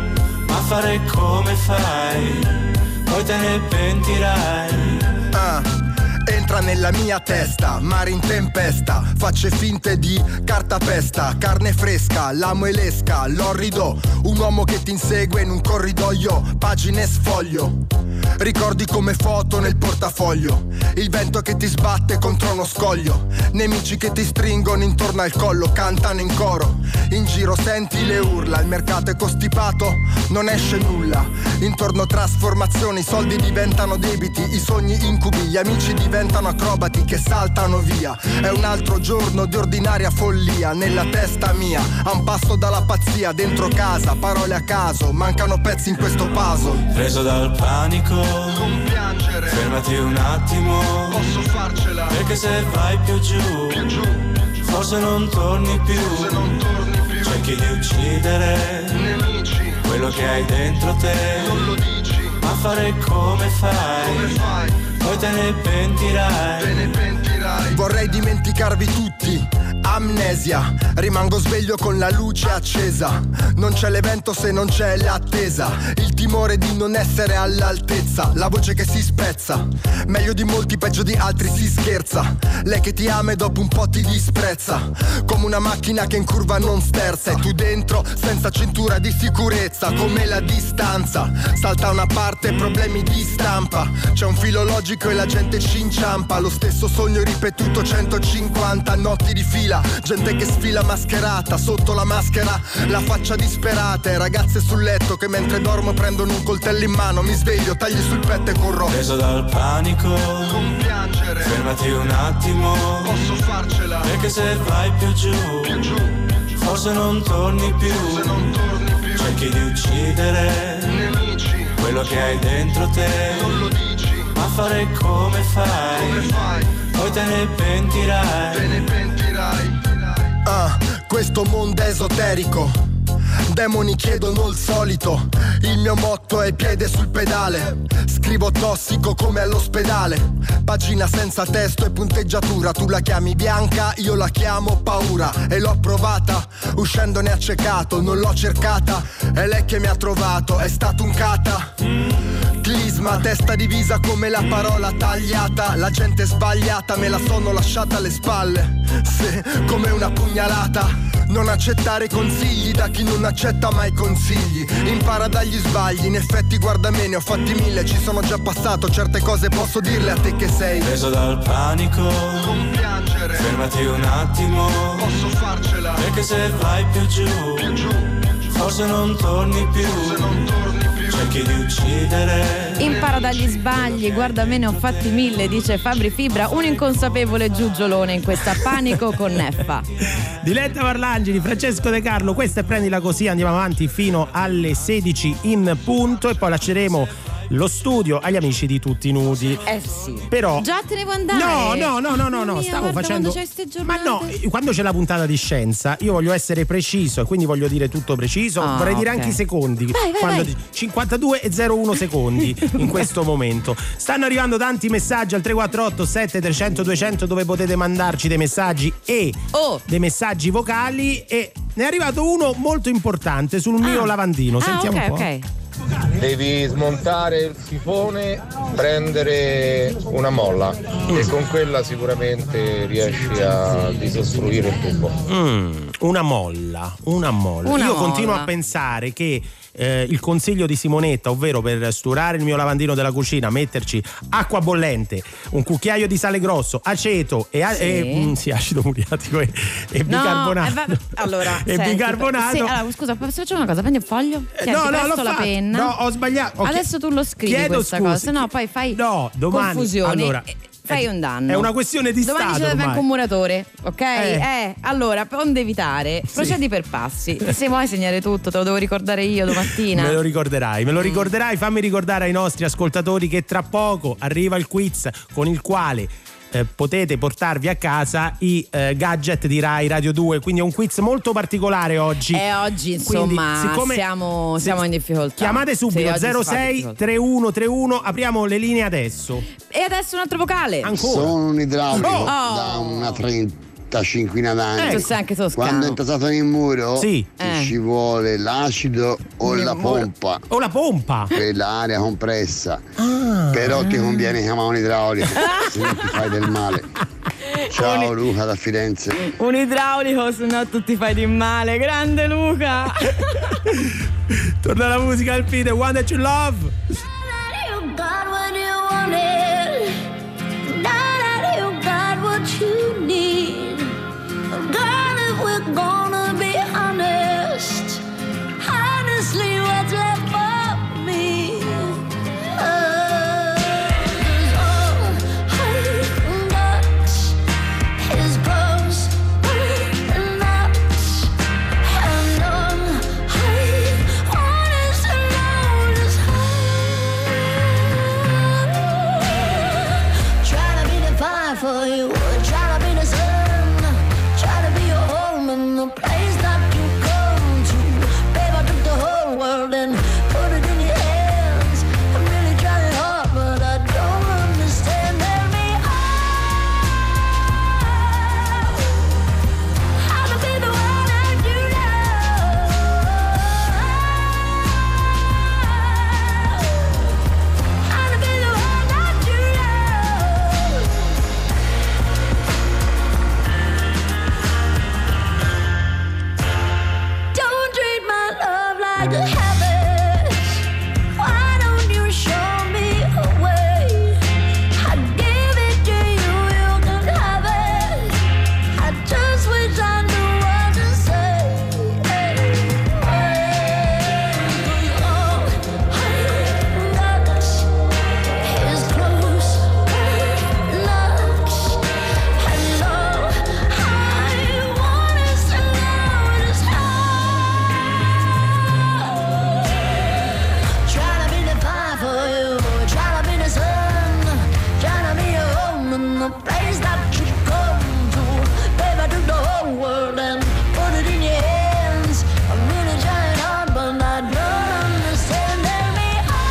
ma fare come fai, poi te ne pentirai. Ah, entra nella mia testa, mare in tempesta, facce finte di cartapesta, carne fresca, l'amo e l'esca, l'orrido, un uomo che ti insegue in un corridoio, pagine sfoglio. Ricordi come foto nel portafoglio, il vento che ti sbatte contro uno scoglio, nemici che ti stringono intorno al collo, cantano in coro, in giro senti le urla, il mercato è costipato, non esce nulla, intorno trasformazioni, i soldi diventano debiti, i sogni incubi, gli amici diventano acrobati che saltano via, è un altro giorno di ordinaria follia, nella testa mia, a un passo dalla pazzia, dentro casa, parole a caso, mancano pezzi in questo puzzle. Preso dal panico, non piangere, fermati un attimo, posso farcela, perché se vai più giù, più giù, forse non torni più, se non torni più, cerchi di uccidere nemici, quello che hai dentro te, non lo dici, ma fare come fai, come fai, poi te ne pentirai, te ne pentirai. Vorrei dimenticarvi tutti, amnesia, rimango sveglio con la luce accesa, non c'è l'evento se non c'è l'attesa, il timore di non essere all'altezza, la voce che si spezza, meglio di molti, peggio di altri si scherza, lei che ti ama e dopo un po' ti disprezza, come una macchina che in curva non sterza, e tu dentro senza cintura di sicurezza, come la distanza, salta una parte, problemi di stampa, c'è un filo logico e la gente ci inciampa, lo stesso sogno ripetuto centocinquanta notti di fila, gente che sfila mascherata, sotto la maschera la faccia disperata, e ragazze sul letto che mentre dormo prendono un coltello in mano, mi sveglio, tagli sul petto e corro. Preso dal panico, non piangere, fermati un attimo, posso farcela, perché se vai più giù, più giù, forse non torni più, se non torni più, cerchi di uccidere nemici, quello che hai dentro te, non lo dici, ma fare come fai, come fai, poi te ne pentirai, te ne pentirai. Ah, questo mondo è esoterico, demoni chiedono il solito, il mio motto è piede sul pedale, scrivo tossico come all'ospedale, pagina senza testo e punteggiatura, tu la chiami bianca, io la chiamo paura, e l'ho provata, uscendone accecato, non l'ho cercata, è lei che mi ha trovato, è stato un cata, clisma, testa divisa come la parola tagliata, la gente sbagliata me la sono lasciata alle spalle, sì, come una pugnalata. Non accettare consigli da chi non accetta mai consigli, impara dagli sbagli, in effetti guarda me, ne ho fatti mille, ci sono già passato, certe cose posso dirle a te che sei preso dal panico, non piangere, fermati un attimo, posso farcela, perché se vai più giù, più giù, forse non torni più, se non torni più, cerchi di uccidere, impara dagli sbagli, guarda me, ne ho fatti mille, dice Fabri Fibra, un inconsapevole giugiolone in questa Panico con Neffa. Diletta Parlangeli, Francesco De Carlo, questa è Prendila Così, andiamo avanti fino alle sedici in punto e poi lasceremo lo studio agli amici di Tutti Nudi. Eh sì. Però già te ne vuoi andare? No, no, no, no, no, no, Mia, stavo guarda, facendo. quando c'hai ste Ma giornate. no, quando c'è la puntata di scienza, io voglio essere preciso e quindi voglio dire tutto preciso. Ah, Vorrei dire ok. anche i secondi. Vai, vai, Quando vai. dici cinquantadue e zero uno secondi in questo momento. Stanno arrivando tanti messaggi al tre quattro otto sette trecento duecento dove potete mandarci dei messaggi e Oh. dei messaggi vocali, e ne è arrivato uno molto importante sul mio lavandino. Sentiamo ah, ok, un po'. ok. Devi smontare il sifone, prendere una molla e con quella sicuramente riesci a disostruire il tubo. Mm, una molla, una molla. Una Io molla. continuo a pensare che eh, il consiglio di Simonetta, ovvero per sturare il mio lavandino della cucina, metterci acqua bollente, un cucchiaio di sale grosso, aceto e, a- Sì. e mm, sì, acido muriatico e, e No, bicarbonato. eh, va- allora, e senti, bicarbonato. Sì, allora, scusa, se facciamo una cosa, prendi il foglio, tieni, no, ti no, presto l'ho la fatto. penna. No, ho sbagliato. Ok. Adesso tu lo scrivi Chiedo questa scusi. cosa, no, poi fai No, domani. confusione. Allora, e fai un danno. è una questione di Domani stato c'è ormai. anche un muratore, ok? Eh. Eh. allora, onde evitare, procedi per passi. Se vuoi segnare tutto, te lo devo ricordare io domattina. Me lo ricorderai, me lo Mm. ricorderai. Fammi ricordare ai nostri ascoltatori che tra poco arriva il quiz con il quale eh, potete portarvi a casa i eh, gadget di Rai Radio due. Quindi è un quiz molto particolare oggi. E oggi Quindi, insomma siccome- siamo, siamo in difficoltà. Chiamate Sì, subito oggi si fa zero sei difficoltà. trentuno trentuno, apriamo le linee adesso. E adesso un altro vocale. Ancora. Sono un idraulico Oh. da una trentacinquina d'anni. Tu sei anche toscano. Quando è intasato nel muro, Sì. Eh. ci vuole l'acido o la pompa. O la pompa. Quell'aria compressa. Ah. Però ti conviene chiamare un idraulico, se no ti fai del male. Ciao Luca da Firenze. Un idraulico, se no tu ti fai di male. Grande Luca. Torna la musica al Pide, One That You Love. You got what you wanted. Now that you got what you need. Girl, if we're gonna be honest, honestly, what's left for me? Uh, 'cause all I got is close enough. And all I want is to know just try to be the fire for you, try to be the sun, try to be your home in the place that you come to. Babe, I took the whole world and put it in your hands. I'm really trying hard, but I don't understand. Tell me how to be the one that you love. How to be the one that you love. Don't treat my love like a habit. Why don't you show me a way? I give it to you, you can have it. I just wish I knew what to say. All I got is close enough, and all I want is to know just how. Try to be the fire for you, try to be the sun, try to be your home in the place that you come to. Babe, I took the whole world and put it in your hands. I'm really trying hard, but I don't understand. Tell me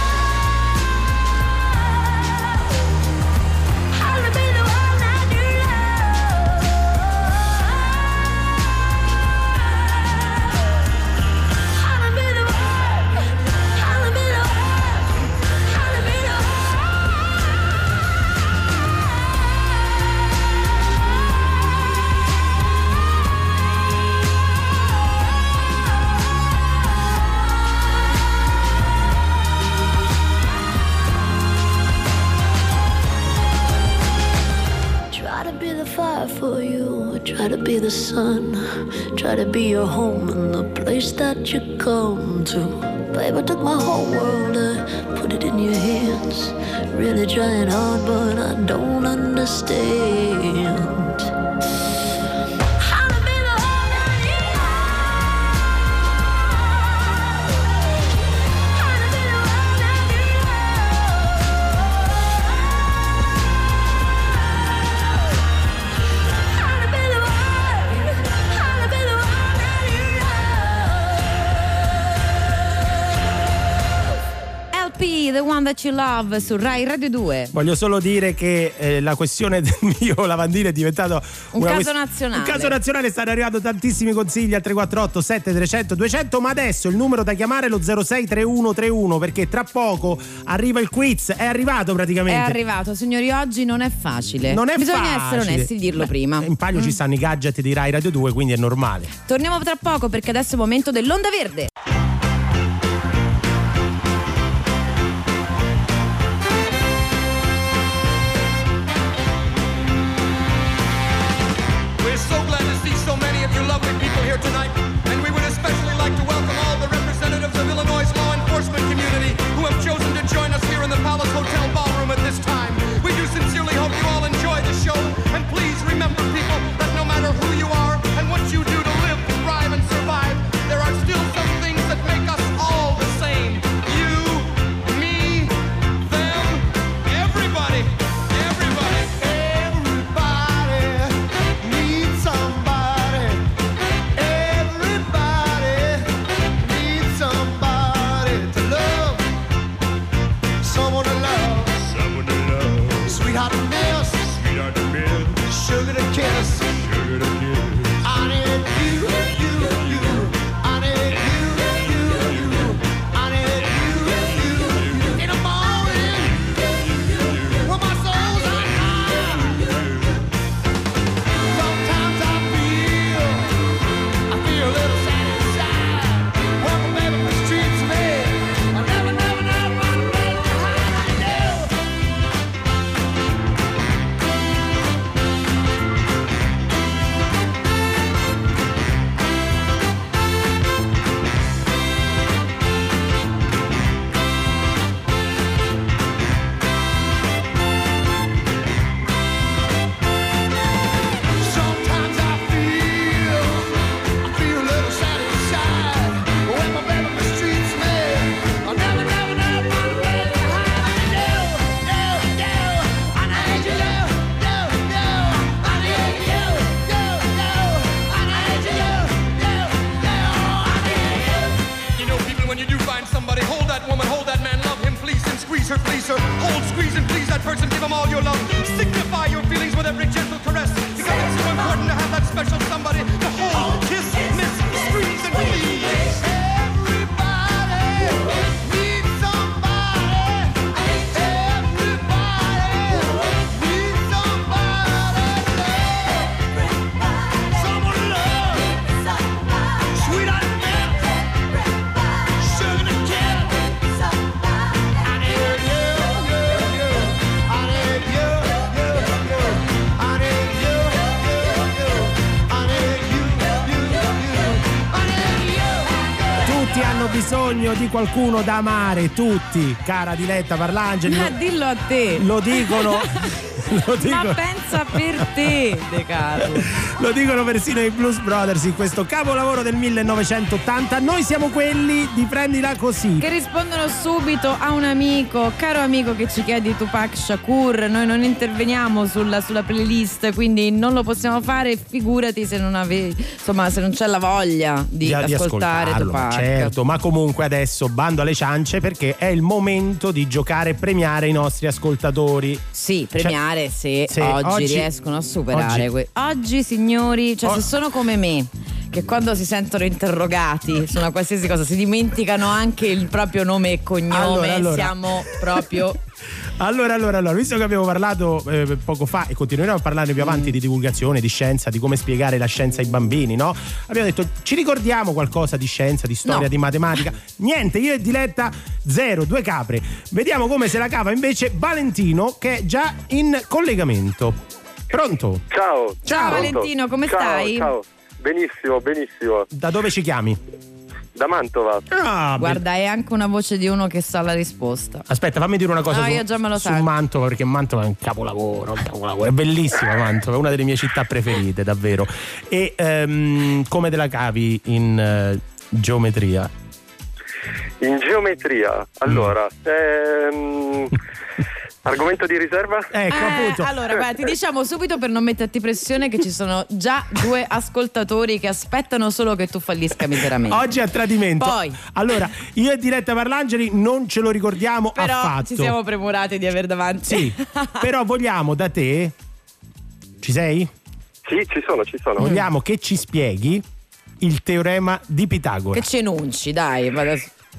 how to be the one that you love. How to be the one, how to be the one, how to be the one. Try to be the fire for you, try to be the sun, try to be your home in the place that you come to. Babe, I took my whole world, I put it in your hands. Really trying hard, but I don't understand. How to be the one that you love. How to be the one that you love. P, The One That You Love, su Rai Radio due. Voglio solo dire che eh, la questione del mio lavandino è diventato un una caso quest- nazionale. Un caso nazionale, stanno arrivando tantissimi consigli al tre quattro otto sette tre zero zero due zero zero, ma adesso il numero da chiamare è lo zero sei tre uno tre uno, perché tra poco arriva il quiz. È arrivato praticamente. È arrivato, signori, oggi non è facile. Non è Bisogna facile. essere onesti, dirlo Beh, prima. In palio Mm. ci stanno i gadget di Rai Radio due, quindi è normale. Torniamo tra poco perché adesso è il momento dell'Onda Verde. We're so glad to see so many of you lovely people here tonight, and we would especially like to welcome all the representatives of Illinois' law enforcement community who have chosen to join us here in the Palace Hotel Ballroom at this time. We do sincerely hope you all enjoy the show, and please remember, people, that no matter who you are and what you do to live, thrive, and survive, there are still some things that make us all the same. You, me, them, everybody, everybody, everybody needs somebody. Everybody needs somebody to love, someone to love, someone to love. Sweetheart to miss, sweetheart to miss, sugar to kiss, sugar to kiss. I need you, you, you. I need you, you, you. I need you, you, you. In the morning, when my soul's on fire. Sometimes I feel, I feel a little sad inside. When my baby mistreats me, I never, never, never run away behind you. Sometimes I feel, I feel a little sad inside. When my baby mistreats me, I never, never, never run away behind you. You, you, I need you. You, you, I need you. You, you, I need you. You, you, I need you. You know, people, when you do find somebody, hold that woman, hold that man, love him, please him, squeeze her, please her. Hold, squeeze, and please that person, give him all your love. Signify your feelings with every gentle caress, because it's so important to have that special somebody to hold, kiss, miss, squeeze, and please. Everybody needs somebody. Everybody needs somebody to love. Someone to love. Sweetheart to miss, sugar to kiss. I need you, you, you. I need you, you, you. I need you, you, you. I need you, you, you. I need you. Tutti hanno bisogno di qualcuno da amare, tutti, cara Diletta Parlangeli. Ma lo- dillo a te. Lo dicono. Lo dicono. Ma pensa per te, De Carlo. Lo dicono persino i Blues Brothers in questo capolavoro del millenovecentottanta. Noi siamo quelli di Prendila Così. Che rispondono subito a un amico, caro amico che ci chiedi Tupac Shakur. Noi non interveniamo sulla, sulla playlist, quindi non lo possiamo fare. Figurati se non avevi, insomma, se non c'è la voglia di, di ascoltare ascoltarlo, Tupac. certo, ma comunque adesso bando alle ciance, perché è il momento di giocare e premiare i nostri ascoltatori. Sì, premiare se, se oggi, oggi- riescono a superare oggi- que- oggi signori, cioè Oh. se sono come me che quando si sentono interrogati su una qualsiasi cosa si dimenticano anche il proprio nome e cognome, Allora, allora. siamo proprio Allora, allora, allora, visto che abbiamo parlato eh, poco fa e continueremo a parlarne più avanti Mm. di divulgazione, di scienza, di come spiegare la scienza ai bambini, no? Abbiamo detto, ci ricordiamo qualcosa di scienza, di storia, No. di matematica? Niente, io e Diletta zero, due capre. Vediamo come se la cava invece Valentino, che è già in collegamento. Pronto? Ciao. Ciao, Pronto? Valentino, come Ciao, stai? Ciao, benissimo, benissimo. Da dove ci chiami? Da Mantova. Ah, Guarda, è anche una voce di uno che sa la risposta. Aspetta, fammi dire una cosa No, su, io già me lo su so. Mantova, perché Mantova è un capolavoro, un capolavoro. È bellissima Mantova, è una delle mie città preferite, davvero. E ehm, come te la cavi in eh, geometria? In geometria, allora, ehm, Argomento di riserva? Ecco, Eh, appunto. allora, guarda, ti diciamo subito per non metterti pressione che ci sono già due ascoltatori che aspettano solo che tu fallisca miseramente. Oggi a tradimento. Poi. Allora, io e Diletta Parlangeli non ce lo ricordiamo Però affatto. ci siamo premurati di aver davanti. Sì, però vogliamo da te. Ci sei? Sì, ci sono, ci sono. Vogliamo che ci spieghi il teorema di Pitagora. Che ci enunci, dai. vada-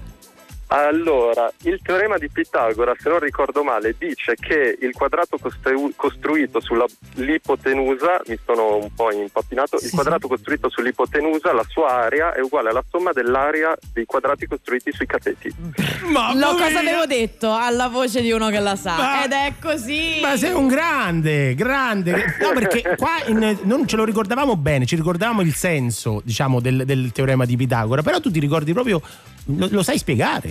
Allora, il teorema di Pitagora, se non ricordo male, dice che il quadrato costru- costruito sull'ipotenusa, mi sono un po' impappinato, il quadrato costruito sull'ipotenusa, la sua area è uguale alla somma dell'area dei quadrati costruiti sui cateti. Lo cosa avevo detto alla voce di uno che la sa. Ma- Ed è così. Ma sei un grande, grande. No, perché qua in- non ce lo ricordavamo bene, ci ricordavamo il senso, diciamo, del, del teorema di Pitagora, però tu ti ricordi proprio, lo, lo sai spiegare.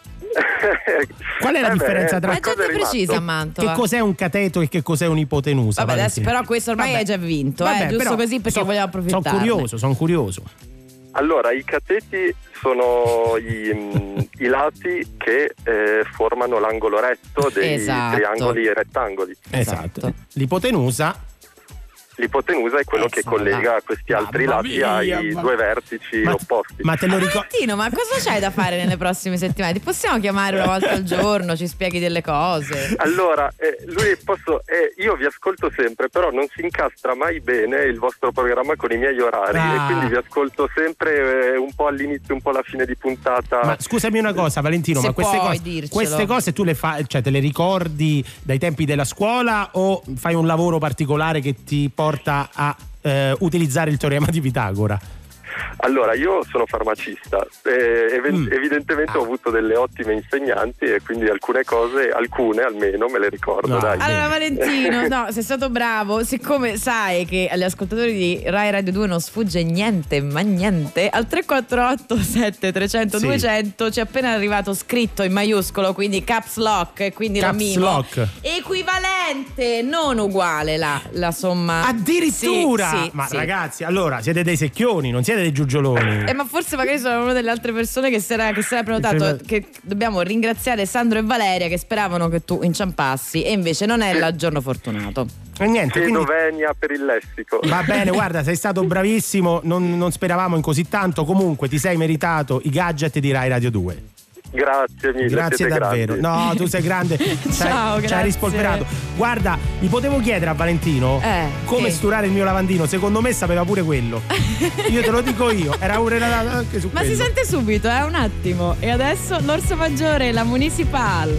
Qual è la Eh beh, differenza tra Ma è già più precisa, Mantova. che cos'è un cateto e che cos'è un'ipotenusa? Vabbè, adesso, Valentina? però questo ormai Vabbè. hai già vinto, Vabbè, eh, giusto però così perché so- vogliamo approfittare. Sono curioso, sono curioso. Allora, i cateti sono i, mm, i lati che eh, formano l'angolo retto dei Esatto. triangoli e rettangoli. Esatto. L'ipotenusa L'ipotenusa è quello che collega questi altri Mamma lati mia, ai ma- due vertici Ma- opposti. Ma te lo ricordi? Valentino, ma cosa c'hai da fare nelle prossime settimane? Ti possiamo chiamare una volta al giorno, ci spieghi delle cose? Allora, eh, lui posso, eh, io vi ascolto sempre, però non si incastra mai bene il vostro programma con i miei orari Ah. e quindi vi ascolto sempre eh, un po' all'inizio, un po' alla fine di puntata. Ma scusami una cosa, Valentino, Se ma queste puoi cose, dircelo. queste cose tu le fai, cioè te le ricordi dai tempi della scuola o fai un lavoro particolare che ti porta a eh, utilizzare il teorema di Pitagora? Allora, io sono farmacista, eh, ev- Mm. evidentemente Ah. ho avuto delle ottime insegnanti e quindi alcune cose, alcune almeno me le ricordo. No. Dai. Allora Valentino, no, sei stato bravo. Siccome sai che agli ascoltatori di Rai Radio due non sfugge niente, ma niente, al tre quattro otto sette trecento Sì. duecento ci è appena arrivato scritto in maiuscolo, quindi caps lock, e quindi Caps lo mimo. lock. Equivalente, non uguale la, la somma. Addirittura! Sì, sì, ma sì. ragazzi, allora siete dei secchioni, non siete dei giugioloni. Eh, ma forse magari sono una delle altre persone che si era, che si era prenotato. Prima- Che dobbiamo ringraziare Sandro e Valeria che speravano che tu inciampassi e invece non è il giorno fortunato. E niente, Chiedo quindi venia per il lessico. va bene, guarda, sei stato bravissimo, non, non speravamo in così tanto, comunque ti sei meritato i gadget di Rai Radio due. Grazie mille. Grazie siete davvero. grandi. No, tu sei grande. Ci Ciao, hai- Ci grazie. hai rispolverato. Guarda, gli potevo chiedere a Valentino Eh, come che? sturare il mio lavandino. Secondo me sapeva pure quello. Io te lo dico io. Era pure anche su Ma quello. si sente subito, eh, un attimo. E adesso l'Orso Maggiore, la Municipal.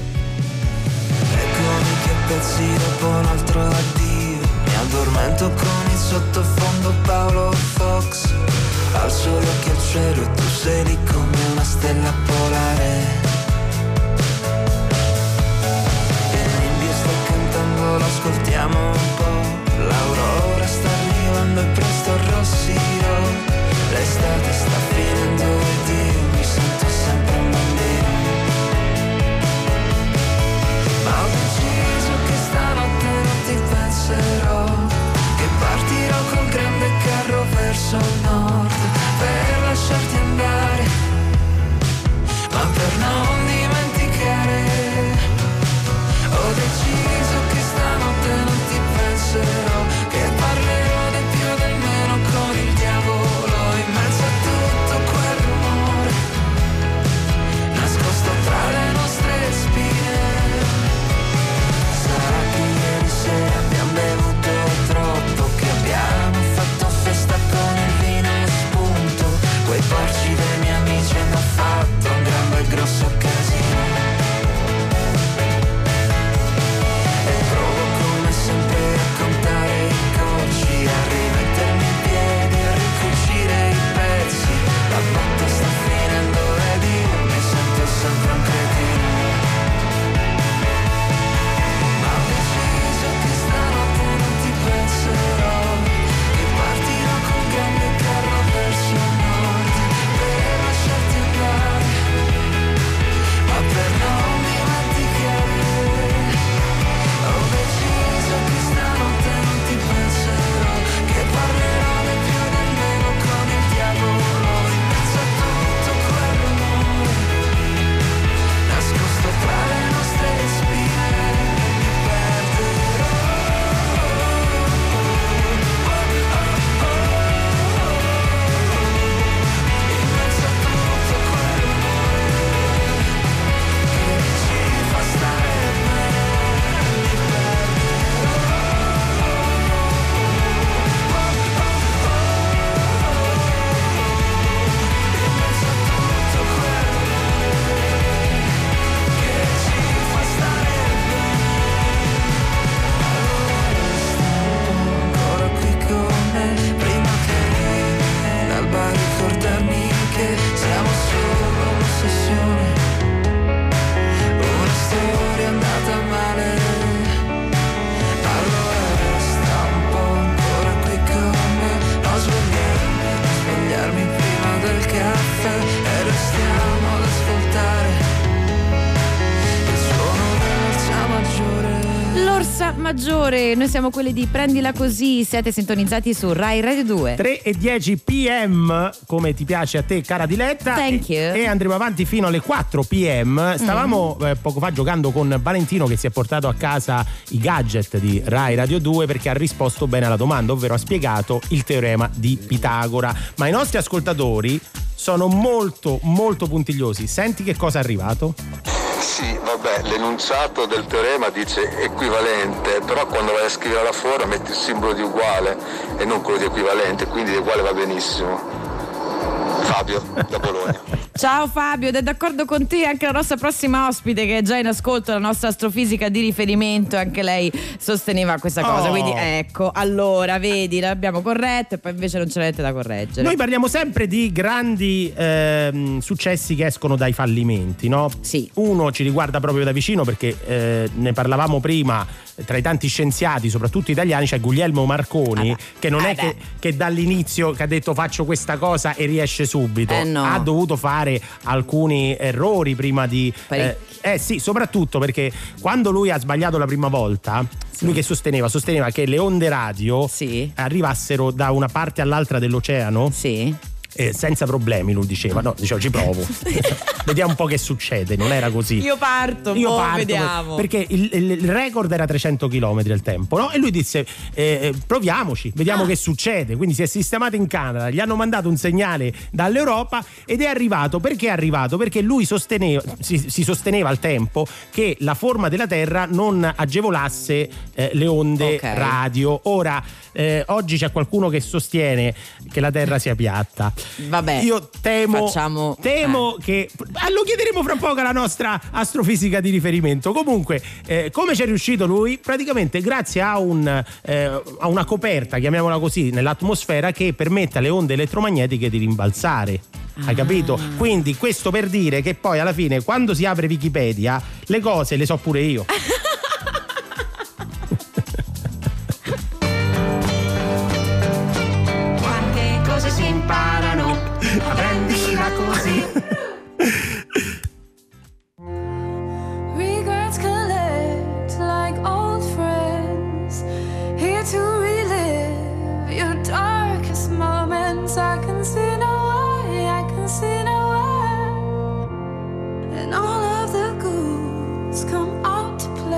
Eccomi che pezzi dopo un altro addio. Mi addormento con il sottofondo Paolo Fox. Alzo gli occhi al cielo e tu sei lì come una stella polare. E India sta cantando, l'ascoltiamo un po'. L'aurora sta arrivando e presto arrossirò. L'estate sta finendo ed io mi sento sempre un bambino. Ma ho deciso che stanotte non ti penserò, che partirò col grande carro verso il nord per lasciarti andare, ma per noi Laura Maggiore, noi siamo quelli di Prendila Così, siete sintonizzati su Rai Radio due. tre e dieci p m, come ti piace a te, cara Diletta. Thank you. E andremo avanti fino alle quattro p m. Stavamo mm. eh, poco fa giocando con Valentino, che si è portato a casa i gadget di Rai Radio due perché ha risposto bene alla domanda, ovvero ha spiegato il teorema di Pitagora. Ma i nostri ascoltatori sono molto molto puntigliosi. Senti che cosa è arrivato? Sì, vabbè, l'enunciato del teorema dice equivalente, però quando vai a scrivere la formula metti il simbolo di uguale e non quello di equivalente, quindi uguale va benissimo. Fabio, da Bologna. Ciao Fabio, ed è d'accordo con te anche la nostra prossima ospite che è già in ascolto, la nostra astrofisica di riferimento, anche lei sosteneva questa cosa, oh. quindi ecco, allora vedi, l'abbiamo corretta e poi invece non ce l'avete da correggere. Noi parliamo sempre di grandi ehm, successi che escono dai fallimenti, no? Sì. Uno ci riguarda proprio da vicino perché eh, ne parlavamo prima, tra i tanti scienziati, soprattutto italiani, c'è Guglielmo Marconi, ah che non ah è che, che dall'inizio che ha detto faccio questa cosa e riesce subito, eh no. ha dovuto fare alcuni errori prima di eh, eh sì, soprattutto perché quando lui ha sbagliato la prima volta, sì. lui che sosteneva sosteneva che le onde radio sì. arrivassero da una parte all'altra dell'oceano, sì. Eh, senza problemi, lui diceva. No, diceva ci provo. Vediamo un po' che succede. Non era così. Io parto, Io boh, parto vediamo. perché il, il record era trecento chilometri al tempo, no? E lui disse eh, proviamoci, vediamo ah. che succede. Quindi si è sistemato in Canada, gli hanno mandato un segnale dall'Europa ed è arrivato. Perché è arrivato? Perché lui sosteneva, si, si sosteneva al tempo che la forma della Terra non agevolasse eh, le onde okay. radio. Ora eh, oggi c'è qualcuno che sostiene che la Terra sia piatta. Vabbè, io temo, facciamo, temo eh. che ah, lo chiederemo fra poco alla nostra astrofisica di riferimento. Comunque, eh, come ci è riuscito lui? Praticamente grazie a, un, eh, a una coperta, chiamiamola così, nell'atmosfera che permette alle onde elettromagnetiche di rimbalzare. Hai capito? Quindi questo per dire che poi alla fine, quando si apre Wikipedia, le cose le so pure io. Si imparano, prendila così. Regrets collect like old friends, here to relive your darkest moments. I can see no way, I can see no way, and all of the ghouls come out to play.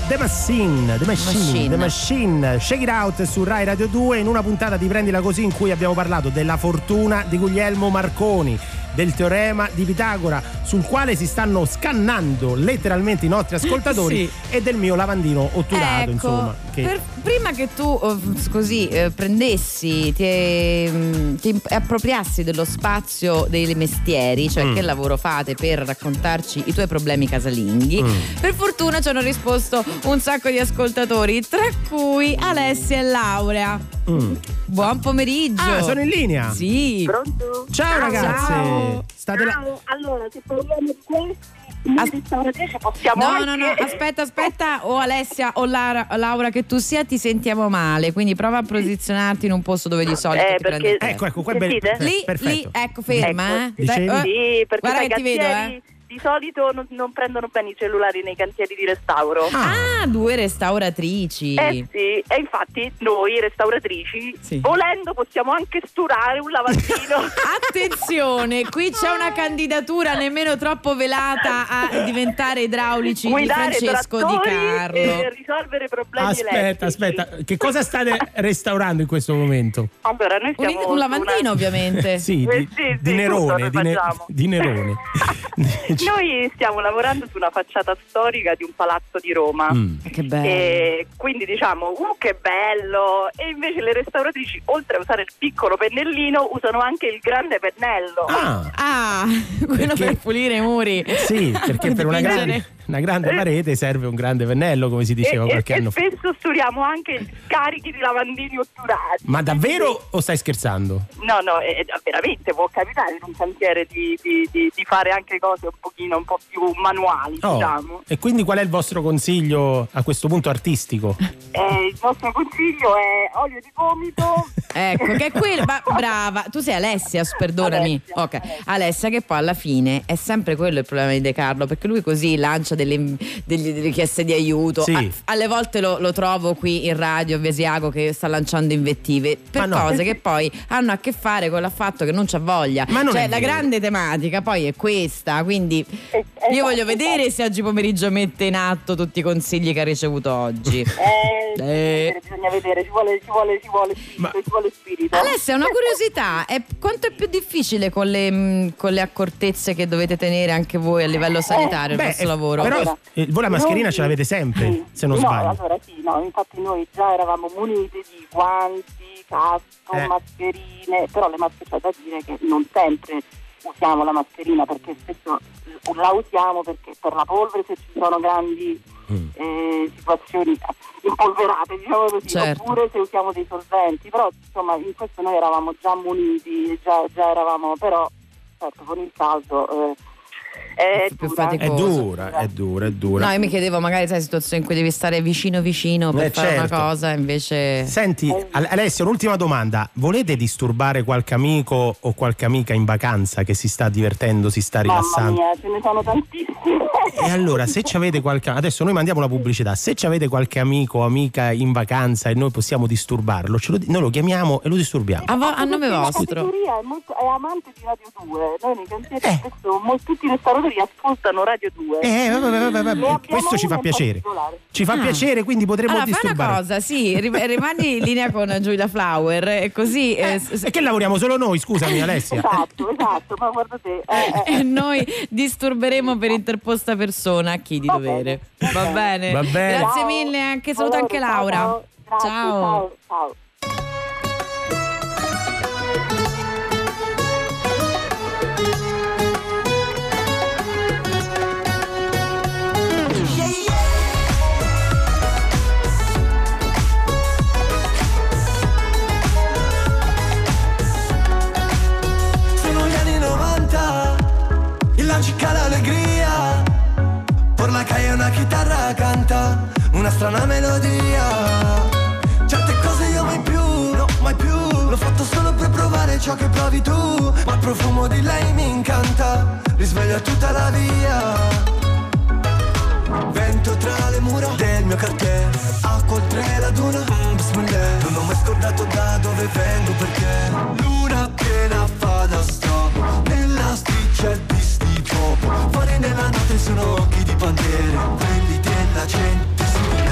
The Machine, The Machine, Machine. The Machine, Shake It Out su Rai Radio due, in una puntata di Prendila Così in cui abbiamo parlato della fortuna di Guglielmo Marconi, del teorema di Pitagora, sul quale si stanno scannando letteralmente i nostri ascoltatori, Sì. e del mio lavandino otturato, Ecco, insomma. Che... per- prima che tu eh, così eh, prendessi, ti, eh, ti appropriassi dello spazio dei mestieri, cioè Mm. che lavoro fate, per raccontarci i tuoi problemi casalinghi, Mm. per fortuna ci hanno risposto un sacco di ascoltatori, tra cui Alessia e Laura. Mm. Buon pomeriggio. Ah, sono in linea? Sì. Pronto? Ciao, ragazze. Ciao. State là- Ciao. Allora, se parliamo di questi, noi restauratrici possiamo No, anche... no, no, aspetta, aspetta, o Alessia o Lara- Laura che tu sia, ti sentiamo male, quindi prova a posizionarti in un posto dove di solito Eh, ti prendi perché- il tempo. Ecco, ecco, qua è bello. Sentite? Lì, Perfetto. lì, ecco, ferma, Ecco, eh. Stai- dicevi? eh, Sì, perché guarda sai, che ti vedo, cantieri eh. di solito non, non prendono bene i cellulari nei cantieri di restauro. Ah, due restauratrici. Eh sì, e infatti noi restauratrici, Sì. volendo, possiamo anche sturare un lavandino. Attenzione, qui c'è una candidatura nemmeno troppo velata a diventare idraulici Guidare di Francesco Di trattori Carlo. e risolvere problemi Aspetta, elettrici. aspetta, che cosa state restaurando in questo momento? Allora, noi Un, stiamo un lavandino, una- ovviamente. Sì, Eh, di, sì, sì, di Nerone, tutto di, noi ne- facciamo. di Nerone. Noi stiamo lavorando su una facciata storica di un palazzo di Roma. Mm. Che bello. E quindi diciamo, uh, che bello! E invece le restauratrici, oltre a usare il piccolo pennellino, usano anche il grande pennello. Ah, Ah, quello Perché- per pulire i muri. sì, perché per una Dipingere. grande, una grande parete serve un grande pennello, come si diceva e, qualche e, anno e fa. spesso sturiamo anche carichi di lavandini otturati. Ma davvero o stai scherzando? No, no, eh, veramente può capitare in un cantiere di, di- di- di fare anche cose un pochino, un po' più manuali, Oh, diciamo. e quindi qual è il vostro consiglio a questo punto artistico? Eh, il nostro consiglio è olio di gomito. Ecco, che è quello. Ma brava, tu sei Alessia, perdonami. Alessia, Ok, Alessia, che poi alla fine è sempre quello il problema di De Carlo, perché lui così lancia delle, degli- delle richieste di aiuto. Sì. A- alle volte lo, lo trovo qui in radio, Vesiago, che sta lanciando invettive per Ma no. cose che poi hanno a che fare con il fatto che non c'ha voglia. Ma non cioè, è la vero. grande tematica poi è questa, quindi Eh, io voglio esatto, vedere se oggi pomeriggio mette in atto tutti i consigli che ha ricevuto oggi. Eh, Eh. bisogna vedere, ci vuole, ci vuole, ci vuole spirito, Ma- ci vuole spirito. Alessia, una curiosità, è, quanto è più difficile con le, mh, con le accortezze che dovete tenere anche voi a livello sanitario il Beh, vostro eh, lavoro? però Allora, eh, voi la mascherina noi- ce l'avete sempre, sì. se non no, sbaglio. allora sì, no, infatti noi già eravamo muniti di guanti, casco, Eh. mascherine, però le mascherine c'è da dire che non sempre usiamo la mascherina, perché spesso la usiamo perché per la polvere, se ci sono grandi Mm. eh, situazioni impolverate, diciamo così, Certo. oppure se usiamo dei solventi, però insomma in questo noi eravamo già muniti, già, già eravamo, però certo con il caldo eh, è, più dura. È faticoso. dura, è dura, è dura. No, io mi chiedevo magari sai situazioni in cui devi stare vicino vicino per Eh, fare certo. una cosa, invece Senti, Al- Alessia, un'ultima domanda. Volete disturbare qualche amico o qualche amica in vacanza che si sta divertendo, si sta Mamma rilassando? mia, ce ne sono tantissime. E allora, se ci avete qualche... Adesso noi mandiamo la pubblicità. Se ci avete qualche amico o amica in vacanza e noi possiamo disturbarlo, ce lo di- noi lo chiamiamo e lo disturbiamo. a, vo- a nome La vostro. categoria è, molto, è amante di Radio due. Noi nei cantieri Eh. spesso molti, tutti i restauratori ascoltano Radio due. Eh, vabbè, vabbè, vabbè, Ne abbiamo questo ci una fa in piacere. particolare. Ci fa Ah. piacere, quindi potremmo Allora, fai disturbare. una cosa, sì, rim- rimani in linea con Giulia Flower e così eh, s- E che lavoriamo solo noi, scusami Alessia. Esatto, esatto, ma guarda te. eh, eh. e noi disturberemo per interposta persona chi di Va dovere. bene, Va bene. Va bene. Grazie Ciao. mille, anche saluto anche Ciao, Laura. ciao. Grazie, ciao, ciao. Sono gli anni novanta, il lancica l'allegria, por la calle una chitarra canta una strana melodia. Certe cose io mai più, no mai più, l'ho fatto solo per provare ciò che provi tu, ma il profumo di lei mi incanta, risveglia tutta la via. Vento tra le mura del mio quartiere, acqua oltre la duna, mm, bismillah. Non ho mai scordato da dove vengo perché luna piena fa da stop nella sticcia di sti pop. Fuori nella notte sono occhi di bandiere, quelli della gente.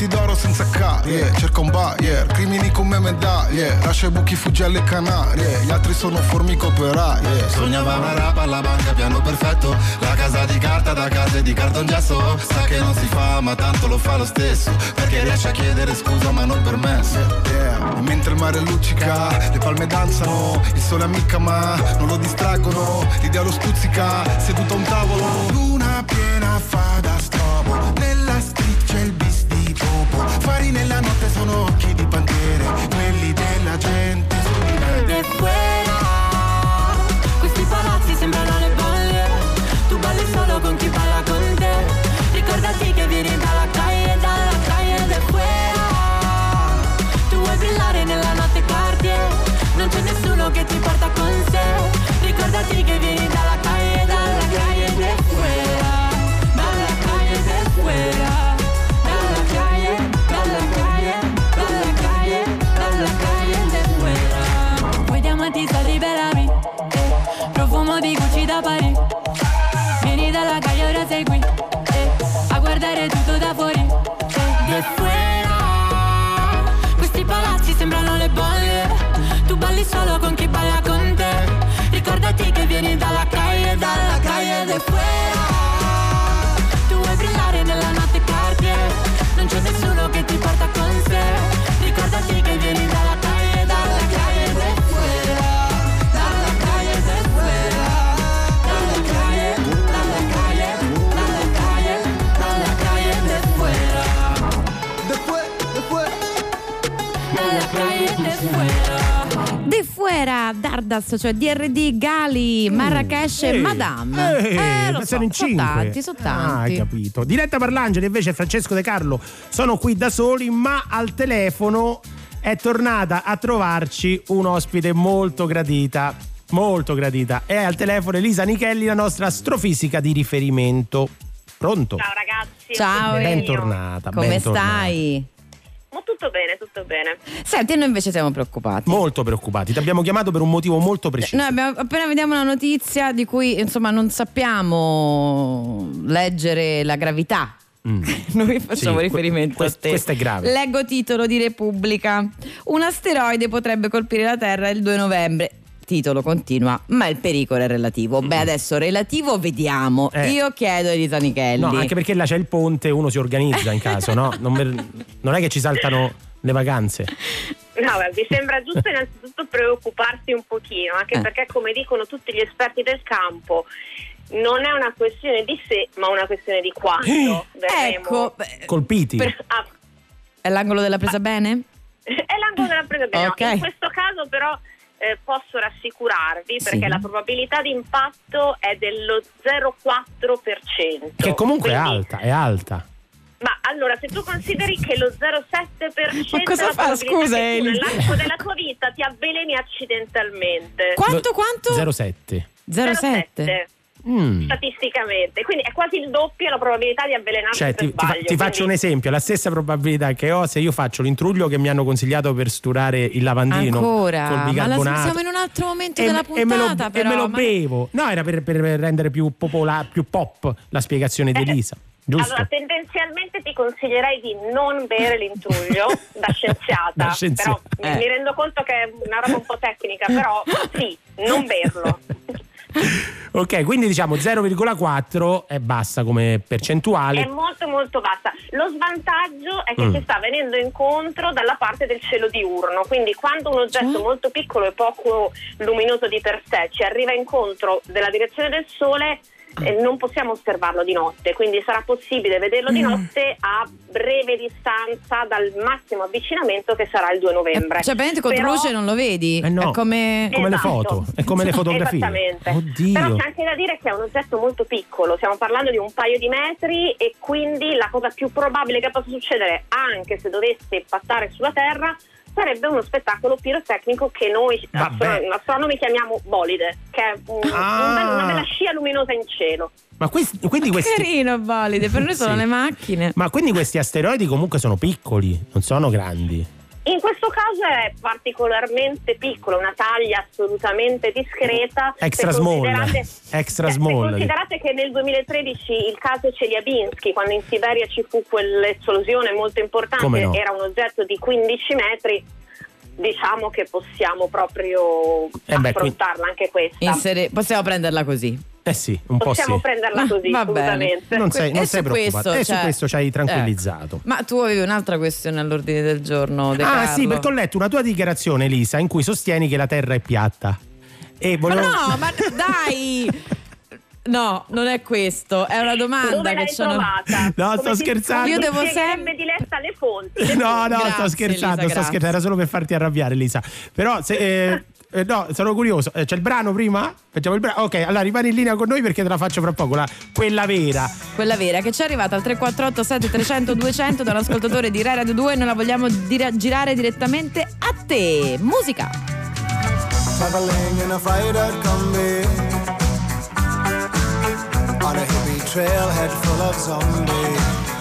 vestiti d'oro senza K, yeah. Cerca un buyer, crimini come medaglie, lascia i buchi, fuggi alle Canarie, gli altri sono formiche operaie, yeah. Sognava una rapa alla banca, piano perfetto, la casa di carta da case di cartongesso. Sa che non si fa ma tanto lo fa lo stesso, perché riesce a chiedere scusa ma non permesso, yeah. E mentre il mare luccica, le palme danzano, il sole ammicca ma non lo distraggono, l'idea lo stuzzica, seduto a un tavolo. Luna piena fa da strobo, nella street c'è il bis di topo, fari nella notte sono occhi di pantere, quelli della gente sono i veri. De fuera, questi palazzi sembrano le bolle, tu balli solo con chi balla con te, ricordati che vieni dalla calle, dalla calle de fuera, tu vuoi brillare nella notte quartier, non c'è nessuno che ti porta con sé, ricordati che vieni dalla calle, dalla calle de fuera, dalla calle de fuera, dalla calle, dalla calle, dalla calle, dalla calle de fuera. Vuoi diamanti, soldi per la vita, eh, profumo di Gucci da Parigi, vieni dalla calle, ora sei qui, eh, a guardare tutto da fuori, eh, de fuera, questi palazzi sembrano le bolle, tu balli solo con chi balla con te, ricordati che vieni dalla calle, dalla calle de fuera, tu vuoi brillare nella notte cartier, non c'è nessuno che ti porta con sé, ricordati che vieni dalla calle, dalla calle de fuera, dalla calle de fuera, dalla calle, dalla calle, dalla calle, dalla calle de fuera, de fuera, de fuera, dalla calle de fuera. De fuera, Dardas, cioè D R D, Gali, Marrakesh e Ehi, Madame. ehi, eh, lo so, sono in sono cinque. tanti, sono Ah, tanti. hai capito. Diretta Parlangeli invece Francesco De Carlo sono qui da soli, ma al telefono è tornata a trovarci un ospite molto gradita, molto gradita. È al telefono Elisa Nichelli, la nostra astrofisica di riferimento. Pronto? Ciao ragazzi. Ciao, bentornata. Come bentornata. stai? Ma tutto bene, tutto bene. Senti, noi invece siamo preoccupati. Molto preoccupati, ti abbiamo chiamato per un motivo molto preciso. Noi abbiamo, appena vediamo una notizia di cui insomma non sappiamo leggere la gravità. Mm. Noi facciamo Sì, riferimento questo, a te. questo è grave. Leggo titolo di Repubblica. Un asteroide potrebbe colpire la Terra il due novembre. Titolo continua, ma il pericolo è relativo. Beh, adesso relativo vediamo. Eh. Io chiedo a Elisa Nichelli. No, anche perché là c'è il ponte, uno si organizza in caso, no? Non, ver- non è che ci saltano le vacanze. No, beh, mi sembra giusto innanzitutto preoccuparsi un pochino, anche Eh. perché come dicono tutti gli esperti del campo, non è una questione di se, ma una questione di quando verremo. Ecco, beh, Colpiti. Per- ah, è l'angolo della presa bene? è l'angolo della presa bene. Ok. No, in questo caso però eh, posso rassicurarvi perché Sì. la probabilità di impatto è dello zero virgola quattro per cento. Che comunque è Quindi- alta, è alta. Ma allora, se tu consideri che lo zero virgola sette per cento Ma cosa è la fa, probabilità scusa, che tu Eli? nell'arco della tua vita ti avveleni accidentalmente. Quanto, quanto? zero virgola sette. zero virgola sette. Mm. Statisticamente, quindi è quasi il doppio la probabilità di avvelenarsi Cioè, per ti, ti fa- sbaglio. ti faccio un quindi- esempio, la stessa probabilità che ho se io faccio l'intruglio che mi hanno consigliato per sturare il lavandino Ancora? col Ma la, bicarbonato. siamo in un altro momento e, della e me lo, puntata, e però. me lo ma- bevo. No, era per, per rendere più popola- più pop la spiegazione di Elisa. Giusto? Allora, tendenzialmente ti consiglierei di non bere l'intruglio da scienziata, Da scienziata. però Eh. mi rendo conto che è una roba un po' tecnica, però sì, non berlo. Ok, quindi diciamo zero virgola quattro è bassa come percentuale. È molto molto bassa. Lo svantaggio è che Mm. si sta venendo incontro dalla parte del cielo diurno, quindi quando un oggetto molto piccolo e poco luminoso di per sé ci arriva incontro della direzione del sole, eh, non possiamo osservarlo di notte, quindi sarà possibile vederlo di Mm. notte a breve distanza dal massimo avvicinamento che sarà il due novembre. Cioè, praticamente con Però- luce non lo vedi? Eh no, È come, come le Esatto. foto, è come le fotografie. Esattamente. Oddio. Però c'è anche da dire che è un oggetto molto piccolo, stiamo parlando di un paio di metri e quindi la cosa più probabile che possa succedere, anche se dovesse impattare sulla Terra, sarebbe uno spettacolo pirotecnico che noi Vabbè. astro- astronomi chiamiamo bolide, che è un- Ah. un bel- una bella scia luminosa in cielo. Ma questi, quindi questi, Carino, valide, per noi sono Sì. le macchine. ma quindi questi asteroidi comunque sono piccoli, non sono grandi. In questo caso è particolarmente piccolo, una taglia assolutamente discreta. Extra Se small. considerate- Extra se- se small. considerate che nel duemilatredici il caso Chelyabinsk, quando in Siberia ci fu quell'esplosione molto importante, Come no? era un oggetto di quindici metri, diciamo che possiamo proprio Eh beh, affrontarla anche questa. Insere- possiamo prenderla così. Eh sì, un po' Possiamo sì. prenderla così, Va bene. assolutamente. Non sei, non E sei su preoccupato. questo, E cioè- su questo ci hai tranquillizzato. Ma tu avevi un'altra questione all'ordine del giorno, De Ah Carlo. sì, perché ho letto una tua dichiarazione, Elisa, in cui sostieni che la Terra è piatta. E volevo... Ma no, ma dai! No, non è questo, è una domanda Dove che l'hai ci hanno- trovata? No, sto Come ti- scherzando. come Io ti devo spiegherebbe sempre- Diletta le fonti. le No, fonti. no, Grazie, sto scherzando, Elisa, sto grazie. scherzando, era solo per farti arrabbiare, Elisa. Però se, eh, eh, no, sono curioso. Eh, c'è il brano prima? Facciamo il brano. Ok, allora rimani in linea con noi perché te la faccio fra poco, la- quella vera. Quella vera che ci è arrivata al tre quattro otto sette tre zero zero due zero zero da un ascoltatore di Rai Radio due e noi la vogliamo dire- girare direttamente a te. Musica. Traveling in a freighter combi on a hippie trailhead full of zombies.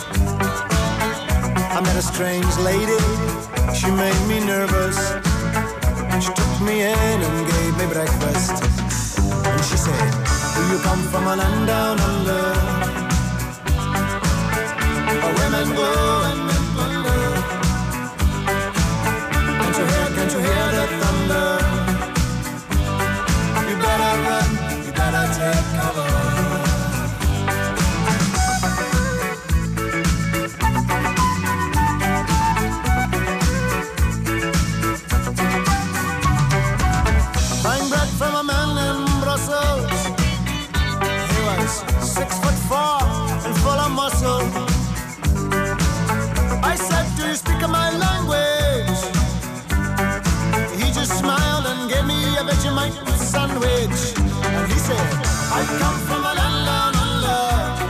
I met a strange lady, she made me nervous. She took me in and gave me breakfast. And she said, do you come from a land down under, where women go and men wonder? Can't you hear, can't you hear the thunder? You better run, you better take cover. Buying bread from a man in Brussels. He was six foot four and full of muscle. I said, do you speak my language? He just smiled and gave me a Vegemite sandwich. And he said, I come from a land down under,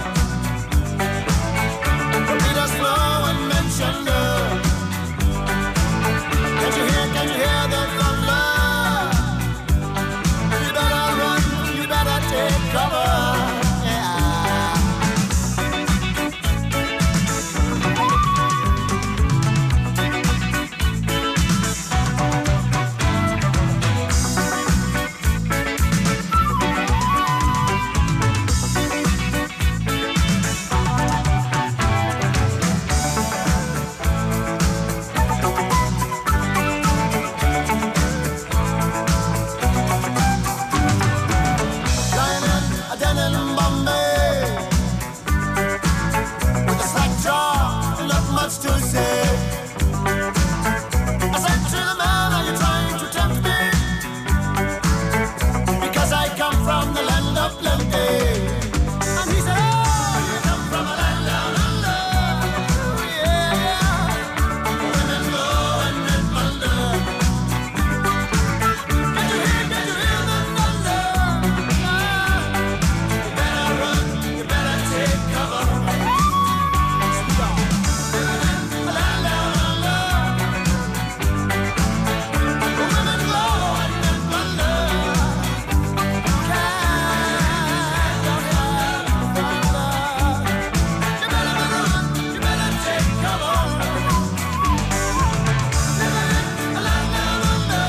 where Peter's flow and mentioned her. Can't you hear, can't you hear the thunder? You better run, you better take cover. Yeah. Lying in a den in Bombay, with a slack jaw, not much to say. I said to the man, are you trying to tempt me? Because I come from the land of plenty. And he said, oh, you come from a land down under. Yeah, women go and men wonder. Can't you hear, can't you hear the thunder? You better run, you better take cover. A land down under. Women go and men wonder. Can't you hear the thunder? You better run, you better take cover. A land down under.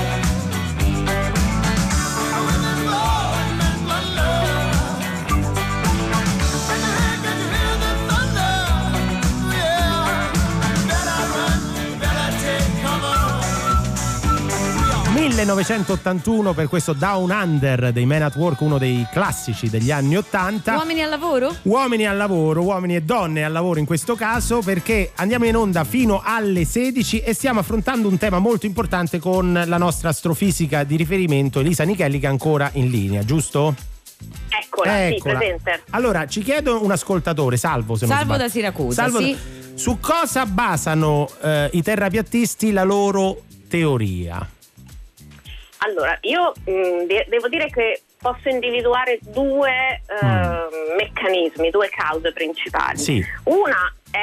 Women go and men wonder. Can you hear, can you hear the thunder? Yeah. Better run, better take cover. millenovecentottantuno per questo Down Under dei Men at Work, uno dei classici degli anni ottanta. Uomini al lavoro? Uomini al lavoro, uomini e donne al lavoro in questo caso, perché andiamo in onda fino alle sedici e stiamo affrontando un tema molto importante con la nostra astrofisica di riferimento Elisa Nichelli, che è ancora in linea, giusto? Eccola, sì, Eccola. presente. Allora, ci chiedo un ascoltatore, Salvo se non Salvo sbaglio. da Siracusa, Salvo sì. da- Su cosa basano eh, i terrapiattisti la loro teoria? Allora, io mh, de- devo dire che posso individuare due eh, meccanismi, due cause principali. Sì. Una è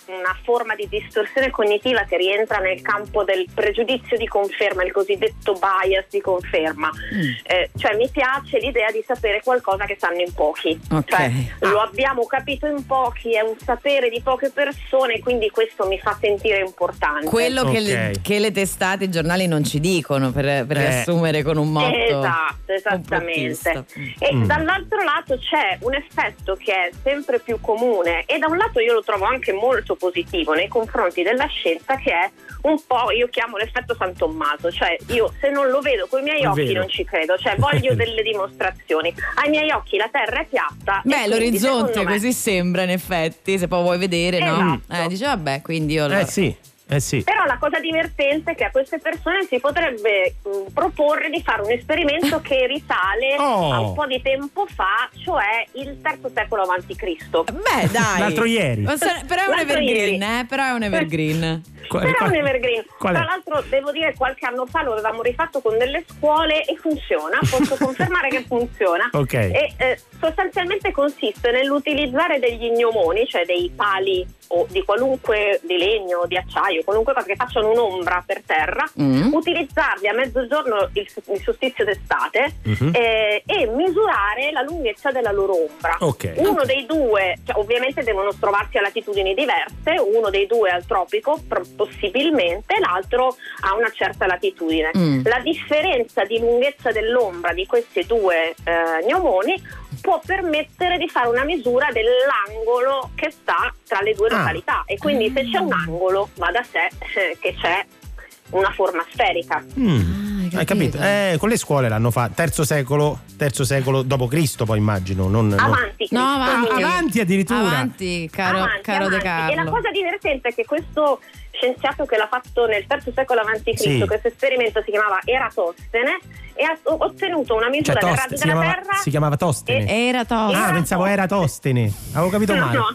una forma di distorsione cognitiva che rientra nel campo del pregiudizio di conferma, il cosiddetto bias di conferma. Mm. Eh, cioè mi piace l'idea di sapere qualcosa che sanno in pochi. Okay. Cioè, lo abbiamo capito in pochi, è un sapere di poche persone, quindi questo mi fa sentire importante. Quello okay. che, le, che le testate, i giornali non ci dicono, per, per eh. riassumere con un motto. Esatto, esattamente. E mm. dall'altro lato c'è un effetto che è sempre più comune e da un lato io lo trovo anche molto positivo nei confronti della scienza, che è un po', io chiamo l'effetto San Tommaso, cioè io se non lo vedo con i miei È occhi vero. non ci credo, cioè voglio delle dimostrazioni. Ai miei occhi la terra è piatta. Beh, e l'orizzonte me, così sembra, in effetti, se poi vuoi vedere, no? Esatto. Eh, dice vabbè, quindi io allora... Eh sì. Eh sì. Però la cosa divertente è che a queste persone si potrebbe mh, proporre di fare un esperimento che risale Oh. a un po' di tempo fa, cioè il terzo secolo avanti Cristo. Beh, dai. L'altro ieri. Però è un L'altro evergreen, ieri. eh? Però è un evergreen. Qual- Però è qual- un evergreen. qual è? Tra l'altro devo dire qualche anno fa lo avevamo rifatto con delle scuole e funziona, posso confermare che funziona. Ok. E eh, sostanzialmente consiste nell'utilizzare degli gnomoni, cioè dei pali o di qualunque, di legno, di acciaio, qualunque cosa che facciano un'ombra per terra, Mm. utilizzarli a mezzogiorno il, il solstizio d'estate Mhm. eh, e misurare la lunghezza della loro ombra. Ok. Uno dei due, cioè, ovviamente devono trovarsi a latitudini diverse, uno dei due al tropico pro- possibilmente, l'altro a una certa latitudine. Mm. La differenza di lunghezza dell'ombra di questi due eh, gnomoni può permettere di fare una misura dell'angolo che sta tra le due Ah. località, e quindi se c'è un angolo va da sé eh, che c'è una forma sferica. Mm. Hai capito? Eh, con le scuole l'hanno fatto. Terzo secolo, terzo secolo dopo Cristo, poi immagino. Non, non- Avanti, Cristo. No, avanti. Avanti addirittura. Avanti, caro, Avanti, caro De avanti. Carlo. E la cosa divertente è che questo scienziato che l'ha fatto nel terzo secolo avanti Cristo, Sì. questo esperimento si chiamava Eratostene, e ha ottenuto una Cioè, misura del Tost- raggio si, della chiamava, Terra. si chiamava Tostene. Era tosto. Ah, pensavo era Tostene. Avevo capito No, male. no.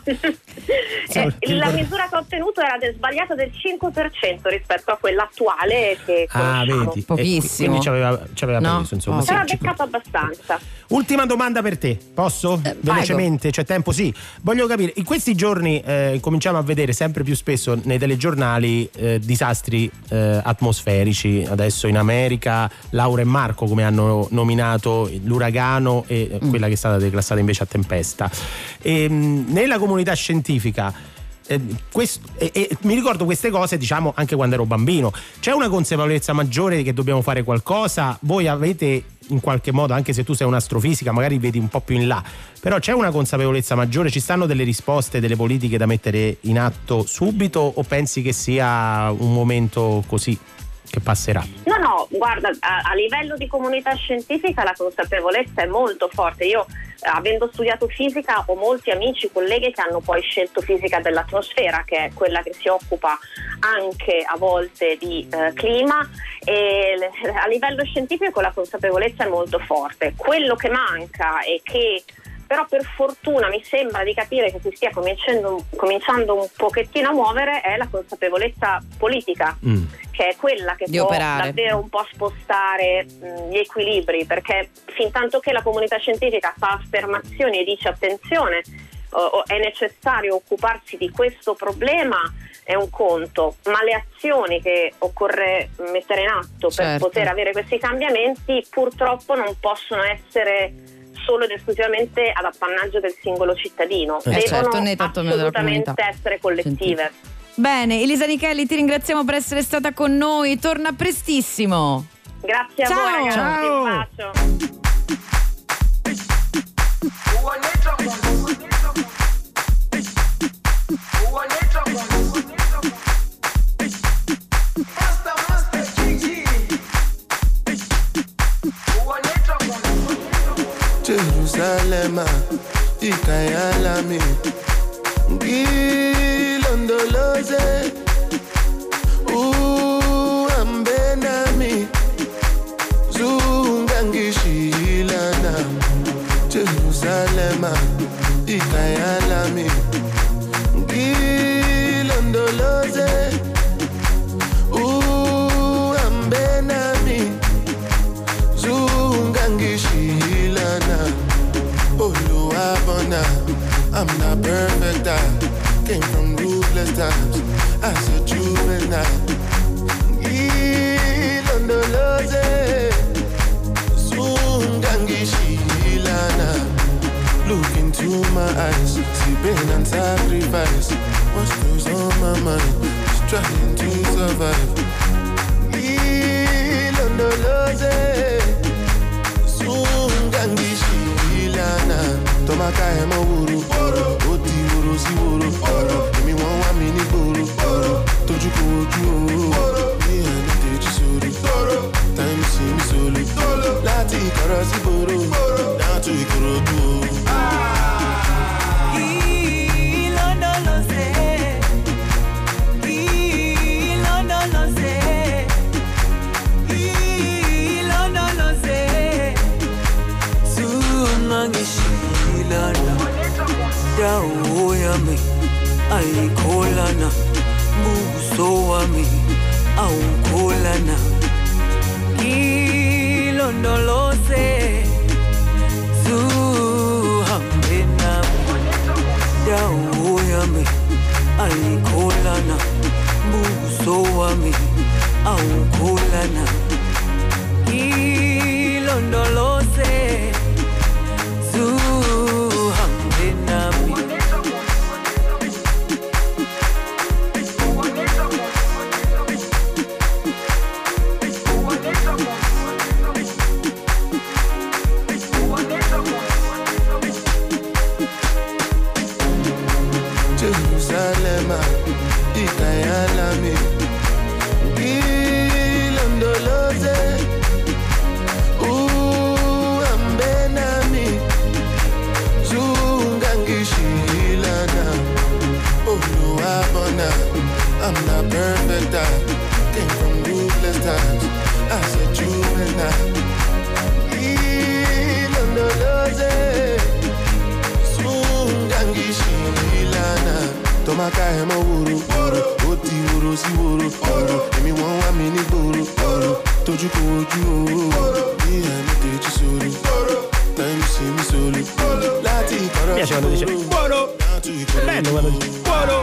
Sì, Eh, la misura che ho ottenuto era del sbagliata del cinque per cento rispetto a quella attuale che Ah, conosciamo. vedi. Pochissimo. E quindi ci aveva, ci aveva No, preso, insomma. poco. Sì, Però ha ci- beccato abbastanza. Ultima domanda per te, posso? Eh, Velocemente, c'è tempo? Sì. Voglio capire, in questi giorni eh, cominciamo a vedere sempre più spesso nei telegiornali eh, disastri eh, atmosferici. Adesso in America Laura e Marco, come hanno nominato l'uragano e eh, Mm. quella che è stata declassata invece a tempesta. E, mh, nella comunità scientifica eh, questo, e, e mi ricordo queste cose, diciamo, anche quando ero bambino. C'è una consapevolezza maggiore che dobbiamo fare qualcosa? Voi avete in qualche modo, anche se tu sei un'astrofisica, magari vedi un po' più in là, però c'è una consapevolezza maggiore? Ci stanno delle risposte, delle politiche da mettere in atto subito, o pensi che sia un momento così che passerà? No, no, guarda, a, a livello di comunità scientifica la consapevolezza è molto forte. Io, eh, avendo studiato fisica, ho molti amici, colleghi che hanno poi scelto fisica dell'atmosfera, che è quella che si occupa anche a volte di eh, clima, e le- a livello scientifico la consapevolezza è molto forte. Quello che manca e che però per fortuna mi sembra di capire che si stia cominciando, cominciando un pochettino a muovere è la consapevolezza politica, Mm. che è quella che Di può operare. davvero un po' spostare mh, gli equilibri, perché fin tanto che la comunità scientifica fa affermazioni e dice attenzione, o- o è necessario occuparsi di questo problema, è un conto, ma le azioni che occorre mettere in atto per Certo. poter avere questi cambiamenti purtroppo non possono essere solo ed esclusivamente ad appannaggio del singolo cittadino, Eh, devono certo, né tantomeno della assolutamente comunità essere collettive. Bene, Elisa Nichelli, ti ringraziamo per essere stata con noi. Torna prestissimo. Grazie a Ciao. voi ragazzi, Ciao. un bacio. Jerusalem, ikayalami, ngilondoloze, uhambe nami, zungangishilana. Jerusalem, ikayalami, ngilondoloze, uhambe nami, zungangishilana. Oluwabona, I'm not perfect, I came from ruthless times. survive. Ilondoloze, sungangishi ilana. Tomaka emo wuru, oti wuru si wuru. Emi won wa mi ni boru, toju ko oju o. Mi ani teji sori, time si mi soli. Lati kara si boru, now to Ikorodu. Ilondoloze, Ilondoloze, Ilondoloze, Sunangishilana, Daoyami, Aikolana, Musoami, Aukolana, Ilondoloze, Zuhambena, Daoyami, Aikolana, Musoami, Aukolana, Ilondoloze, Zuhambena. Jerusalem, Ikayalami, Ilondoloze, Uambenami, Zungangishilana, Oluwabona. I'm not perfect, I came from ruthless times, I said juvenile. Ilondoloze, Zungangishilana. Tomaka emo wuru, oti wuru si wuru. Emi won wa mi ni boru, toju ko oju o. Mi ani teji sori, time si mi soli. Lati kara Mi piace quando dice buono. Bello quando dice buono.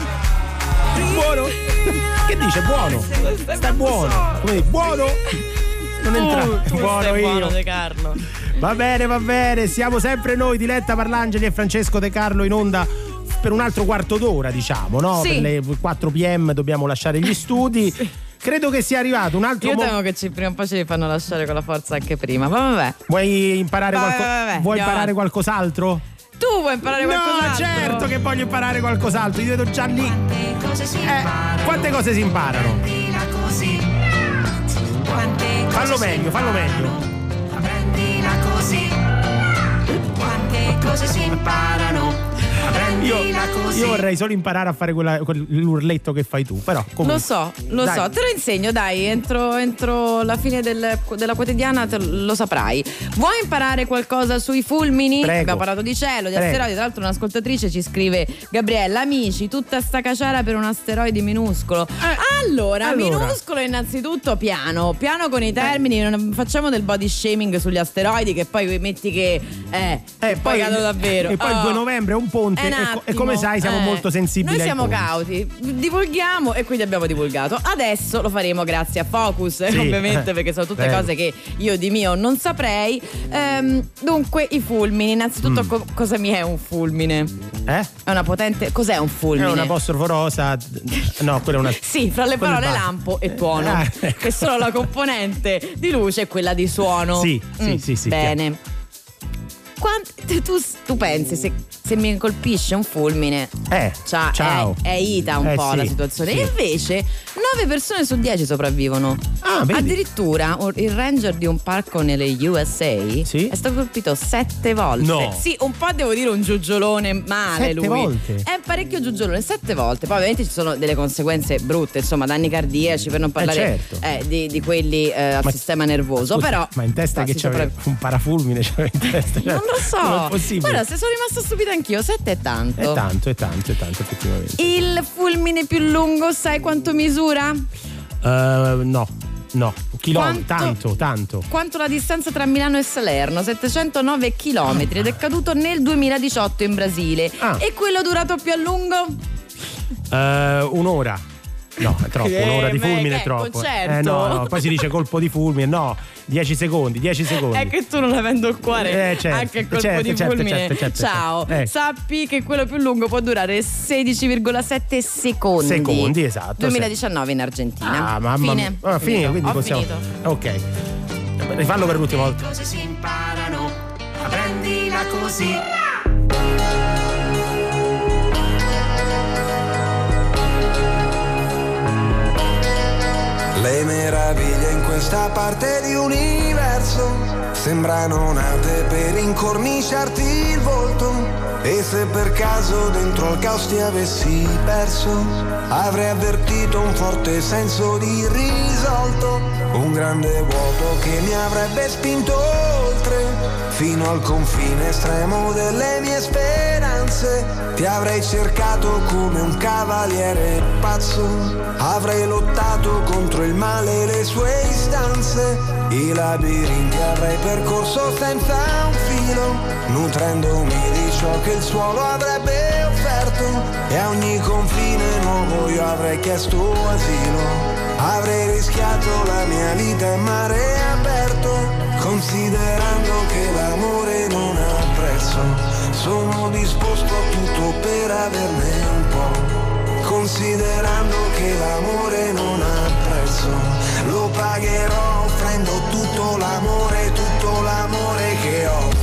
Buono. Che dice buono? Sta buono. Come dici buono? Non entra. Uh, buono è io. buono De Carlo. Va bene, va bene. Siamo sempre noi, Diletta Parlangeli e Francesco De Carlo in onda per un altro quarto d'ora, diciamo, no? Sì. Per le quattro p m dobbiamo lasciare gli studi. Sì. Credo che sia arrivato un altro Io mo- temo che ci, prima o poi ci fanno lasciare con la forza anche prima. Ma vabbè. Vuoi imparare, Vai, qualco- vai, vai, vuoi andiamo imparare avanti. qualcos'altro? Tu vuoi imparare qualcos'altro? No, certo che voglio imparare qualcos'altro. Io vedo già lì. Quante cose si Eh, imparano. quante cose si imparano? Prendila così. Quante cose Fallo si meglio, fallo meglio. Prendila così. Quante cose si imparano. Io, Prendila così. io vorrei solo imparare a fare quella, quell'urletto che fai tu, però comunque. Lo so, lo Dai. so, te lo insegno, dai, entro, entro la fine del- della quotidiana te lo saprai. Vuoi imparare qualcosa sui fulmini? Prego. Abbiamo parlato di cielo, di Prego. asteroidi. Tra l'altro un'ascoltatrice ci scrive: Gabriella, amici, tutta sta caciara per un asteroide minuscolo. allora, allora. minuscolo innanzitutto piano, piano con i termini, non facciamo del body shaming sugli asteroidi che poi metti che eh, e poi cadono davvero. E poi il Oh. due novembre è un ponte Un e, co- e attimo, come sai siamo eh. molto sensibili Noi ai siamo ponti. cauti, divulghiamo e quindi abbiamo divulgato. Adesso lo faremo grazie a Focus, Sì, ovviamente, eh, perché sono tutte prego. cose che io di mio non saprei. Ehm, dunque, i fulmini. Innanzitutto, Mm. co- cosa mi è un fulmine? Eh? È una potente. Cos'è un fulmine? È un apostrofo rosa. No, quella è una. Sì, fra le Quello parole basta. lampo e tuono, Ah, ecco. che sono la componente di luce e quella di suono. Sì, sì, Mm, sì, sì, Bene. Quant- tu, tu pensi se, se mi colpisce un fulmine, Eh, cioè, ciao. È, è ita un Eh, po' sì, la situazione. sì. E invece nove persone su dieci sopravvivono. Ah, vedi? Addirittura un- il ranger di un parco nelle U S A è stato colpito sette volte. No. Sì, un po' devo dire un giugiolone male Sette lui. volte? È parecchio giugiolone, sette volte. Poi ovviamente ci sono delle conseguenze brutte, insomma, danni cardiaci, per non parlare certo. eh, di, di quelli eh, al Ma- sistema nervoso. Scusa, Però ma in testa basta, che si c'aveva sopravvi- un parafulmine c'aveva in testa. Cioè, Non lo so. Non è possibile. Guarda, se sono rimasta stupita anch'io, sette è tanto. È tanto, è tanto, è tanto, effettivamente. Il fulmine più lungo, sai quanto misura? Uh, no, no. Chilometri, Quanto- tanto, tanto. Quanto la distanza tra Milano e Salerno, settecentonove chilometri, ed è caduto nel duemiladiciotto in Brasile. Ah. E quello durato più a lungo? Uh, un'ora. No, è troppo, Eh, un'ora di beh, fulmine che è troppo. concerto. Eh no, no, poi si dice colpo di fulmine, no, dieci secondi, dieci secondi. È che tu non avendo il cuore Eh, certo, anche il colpo certo, di certo, fulmine. certo, certo, Ciao, certo. Eh. sappi che quello più lungo può durare sedici virgola sette secondi. Secondi, esatto. duemiladiciannove in Argentina. Ah, mamma mia. Fine. Ah, fine, quindi Ho possiamo. finito. Ok. Rifallo per l'ultima volta. Cose si imparano, ma prendila così. Le meraviglie in questa parte di universo sembrano nate per incorniciarti il volto. E se per caso dentro al caos ti avessi perso, avrei avvertito un forte senso di risolto, un grande vuoto che mi avrebbe spinto oltre, fino al confine estremo delle mie speranze. Ti avrei cercato come un cavaliere pazzo, avrei lottato contro il male e le sue istanze, i labirinti avrei percorso senza un filo, nutrendomi di ciò che il suolo avrebbe offerto, e a ogni confine nuovo io avrei chiesto asilo. Avrei rischiato la mia vita in mare aperto, considerando che l'amore non ha prezzo. Sono disposto a tutto per averne un po', considerando che l'amore non ha prezzo. Lo pagherò offrendo tutto l'amore, tutto l'amore che ho.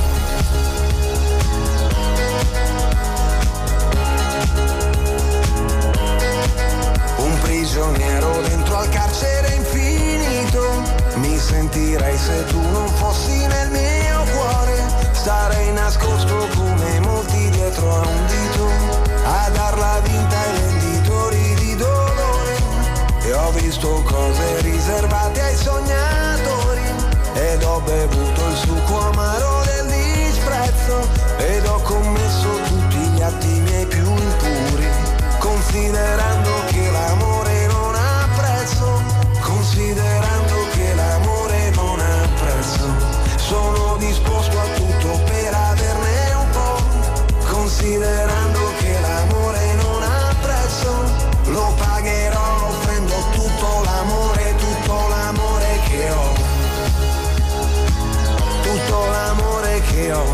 Un prigioniero dentro al carcere infinito, mi sentirei se tu non fossi nel mio cuore. Starei nascosto come molti dietro a un dito, a darla vinta ai venditori di dolore. E ho visto cose riservate ai sognatori, ed ho bevuto il succo amaro del disprezzo, ed ho commesso tutti gli atti miei più impuri, considerando che l'amore non ha prezzo, considerando che l'amore non ha prezzo. Sono disposto a tutto per averne un po', considerando che l'amore non ha prezzo. Lo pagherò offrendo tutto l'amore, tutto l'amore che ho, tutto l'amore che ho.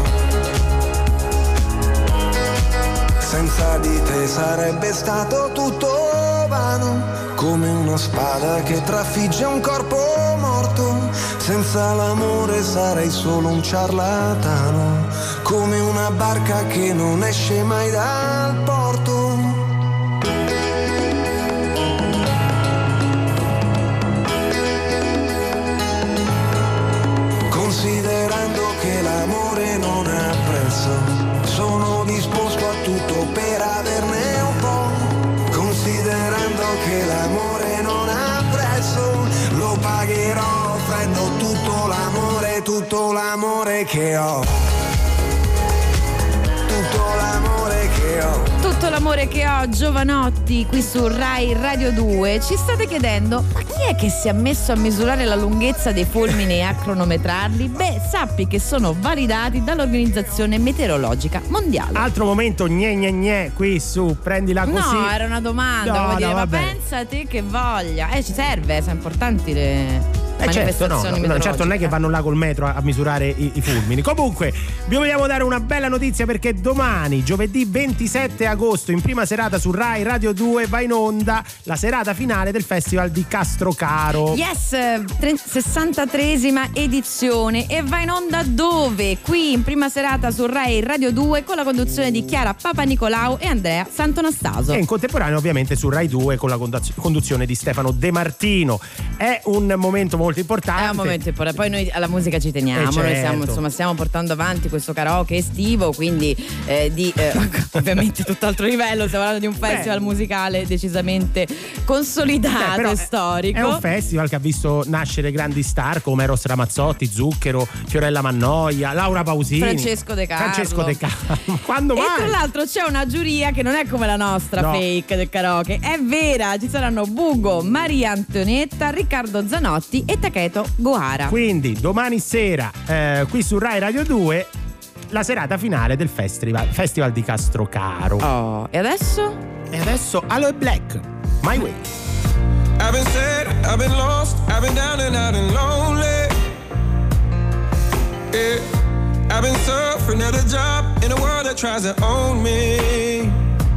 Senza di te sarebbe stato tutto vano, come una spada che trafigge un corpo morto. Senza l'amore sarei solo un ciarlatano, come una barca che non esce mai dal porto. Considerando che l'amore non ha prezzo, sono disposto a tutto per averne un po', considerando che l'amore non ha prezzo. Lo pagherò offrendo tutto l'amore, tutto l'amore che ho, tutto l'amore che ho. Tutto l'amore che ho, Giovanotti, qui su Rai Radio due. Ci state chiedendo, ma chi è che si è messo a misurare la lunghezza dei fulmini e a cronometrarli? Beh, sappi che sono validati dall'Organizzazione Meteorologica Mondiale. Altro momento gne gne gne qui su Prendila Così. No, era una domanda, No, volevo no, dire, ma vabbè. pensa te che voglia. Eh, ci serve, sono importanti le Eh certo, no, manifestazioni no, no, certo non è che meteorologiche. vanno là col metro a, a misurare i, i fulmini. Comunque vi vogliamo dare una bella notizia, perché domani, giovedì ventisette agosto, in prima serata su Rai Radio due, va in onda la serata finale del Festival di Castrocaro. Yes, tre- sessantatreesima edizione, e va in onda dove? Qui in prima serata su Rai Radio due, con la conduzione di Chiara Papanicolau e Andrea Santonastaso. E in contemporanea ovviamente su Rai due con la condaz- conduzione di Stefano De Martino. È un momento molto importante. È un momento importante, poi noi alla musica ci teniamo, Eh, noi certo. stiamo, insomma, stiamo portando avanti questo karaoke estivo, quindi eh, di eh, ovviamente tutt'altro livello, stiamo parlando di un festival Beh. musicale decisamente consolidato Beh, però e è- storico. È un festival che ha visto nascere grandi star come Eros Ramazzotti, Zucchero, Fiorella Mannoia, Laura Pausini, Francesco De Carlo. Francesco De Carlo. Quando E mai? tra l'altro c'è una giuria che non è come la nostra No. fake del karaoke, è vera, ci saranno Bugo, Maria Antonietta, Riccardo Zanotti e Taketo Gohara. Quindi domani sera eh, qui su Rai Radio due la serata finale del festival, festival di Castrocaro. Oh, e adesso? E adesso Aloe Black, My Way. I've been sad, I've been lost, I've been down and out and lonely. Yeah. I've been suffering at a job in a world that tries to own me.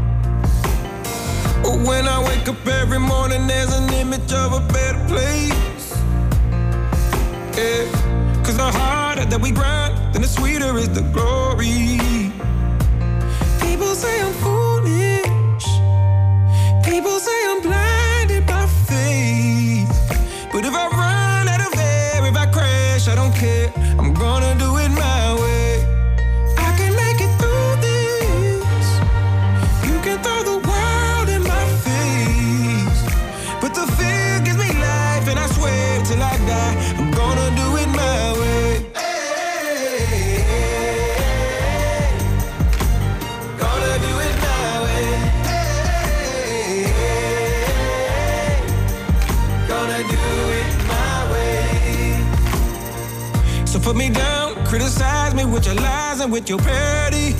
But when I wake up every morning, there's an image of a better place. Yeah. Cause the harder that we grind, then the sweeter is the glory. People say I'm foolish. People say I'm blinded by faith. But if I run out of air, if I crash, I don't care. I'm gonna do it my way. I can make it through this. You can throw the world in my face. But the fear gives me life, and I swear till I die, I'm gonna do it my way. Gonna do it my way. Gonna do it my way. So put me down, criticize me with your lies and with your parody.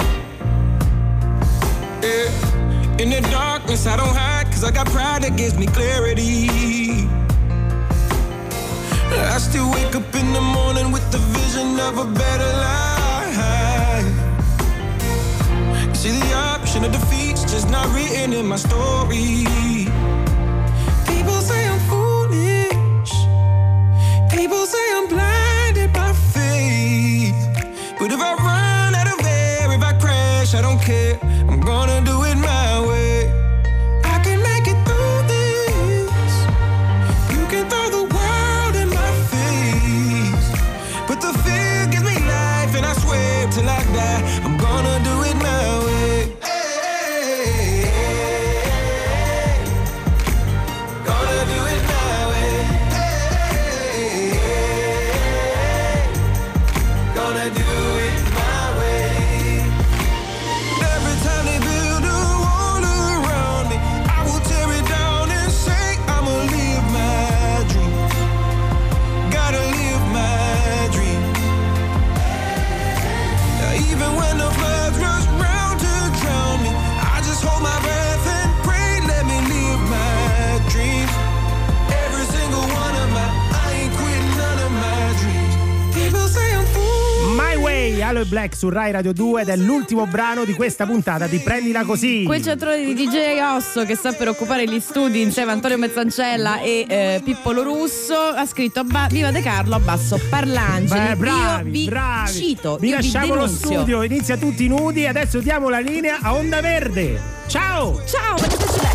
Yeah. In the darkness I don't hide, cause I got pride that gives me clarity. I still wake up in the morning with the vision of a better life. You see the option of defeat's just not written in my story. People say I'm foolish. People say I'm blinded by faith. But if I run out of air, if I crash, I don't care. I'm gonna do it my way. I can make it through this. You can throw the world in my face. But the fear gives me life, and I swear till I die, I'm gonna do it my way. Gonna do it my way. Gonna do it my way. Every time they build a wall around me, I will tear it down and say I'ma live my dream. Gotta live my dream. Even when the floods rush round to drown me, I just hold my breath and pray, let me live my dreams. Every single one of my, I ain't quitting none of my dreams. People say I'm fool. My Way, Aloe Black su Rai Radio due, ed è l'ultimo brano di questa puntata di Prendila Così. Quel centrone di D J Osso che sta per occupare gli studi insieme a Antonio Mezzancella e eh, Pippolo Russo ha scritto abba- Viva De Carlo, abbasso Parlangeli. Beh, bravi, io vi bravi. cito, vi io lasciamo vi lo denunzio. studio, inizia tutti nudi, adesso diamo la linea a Onda Verde. Ciao! Ciao, mettete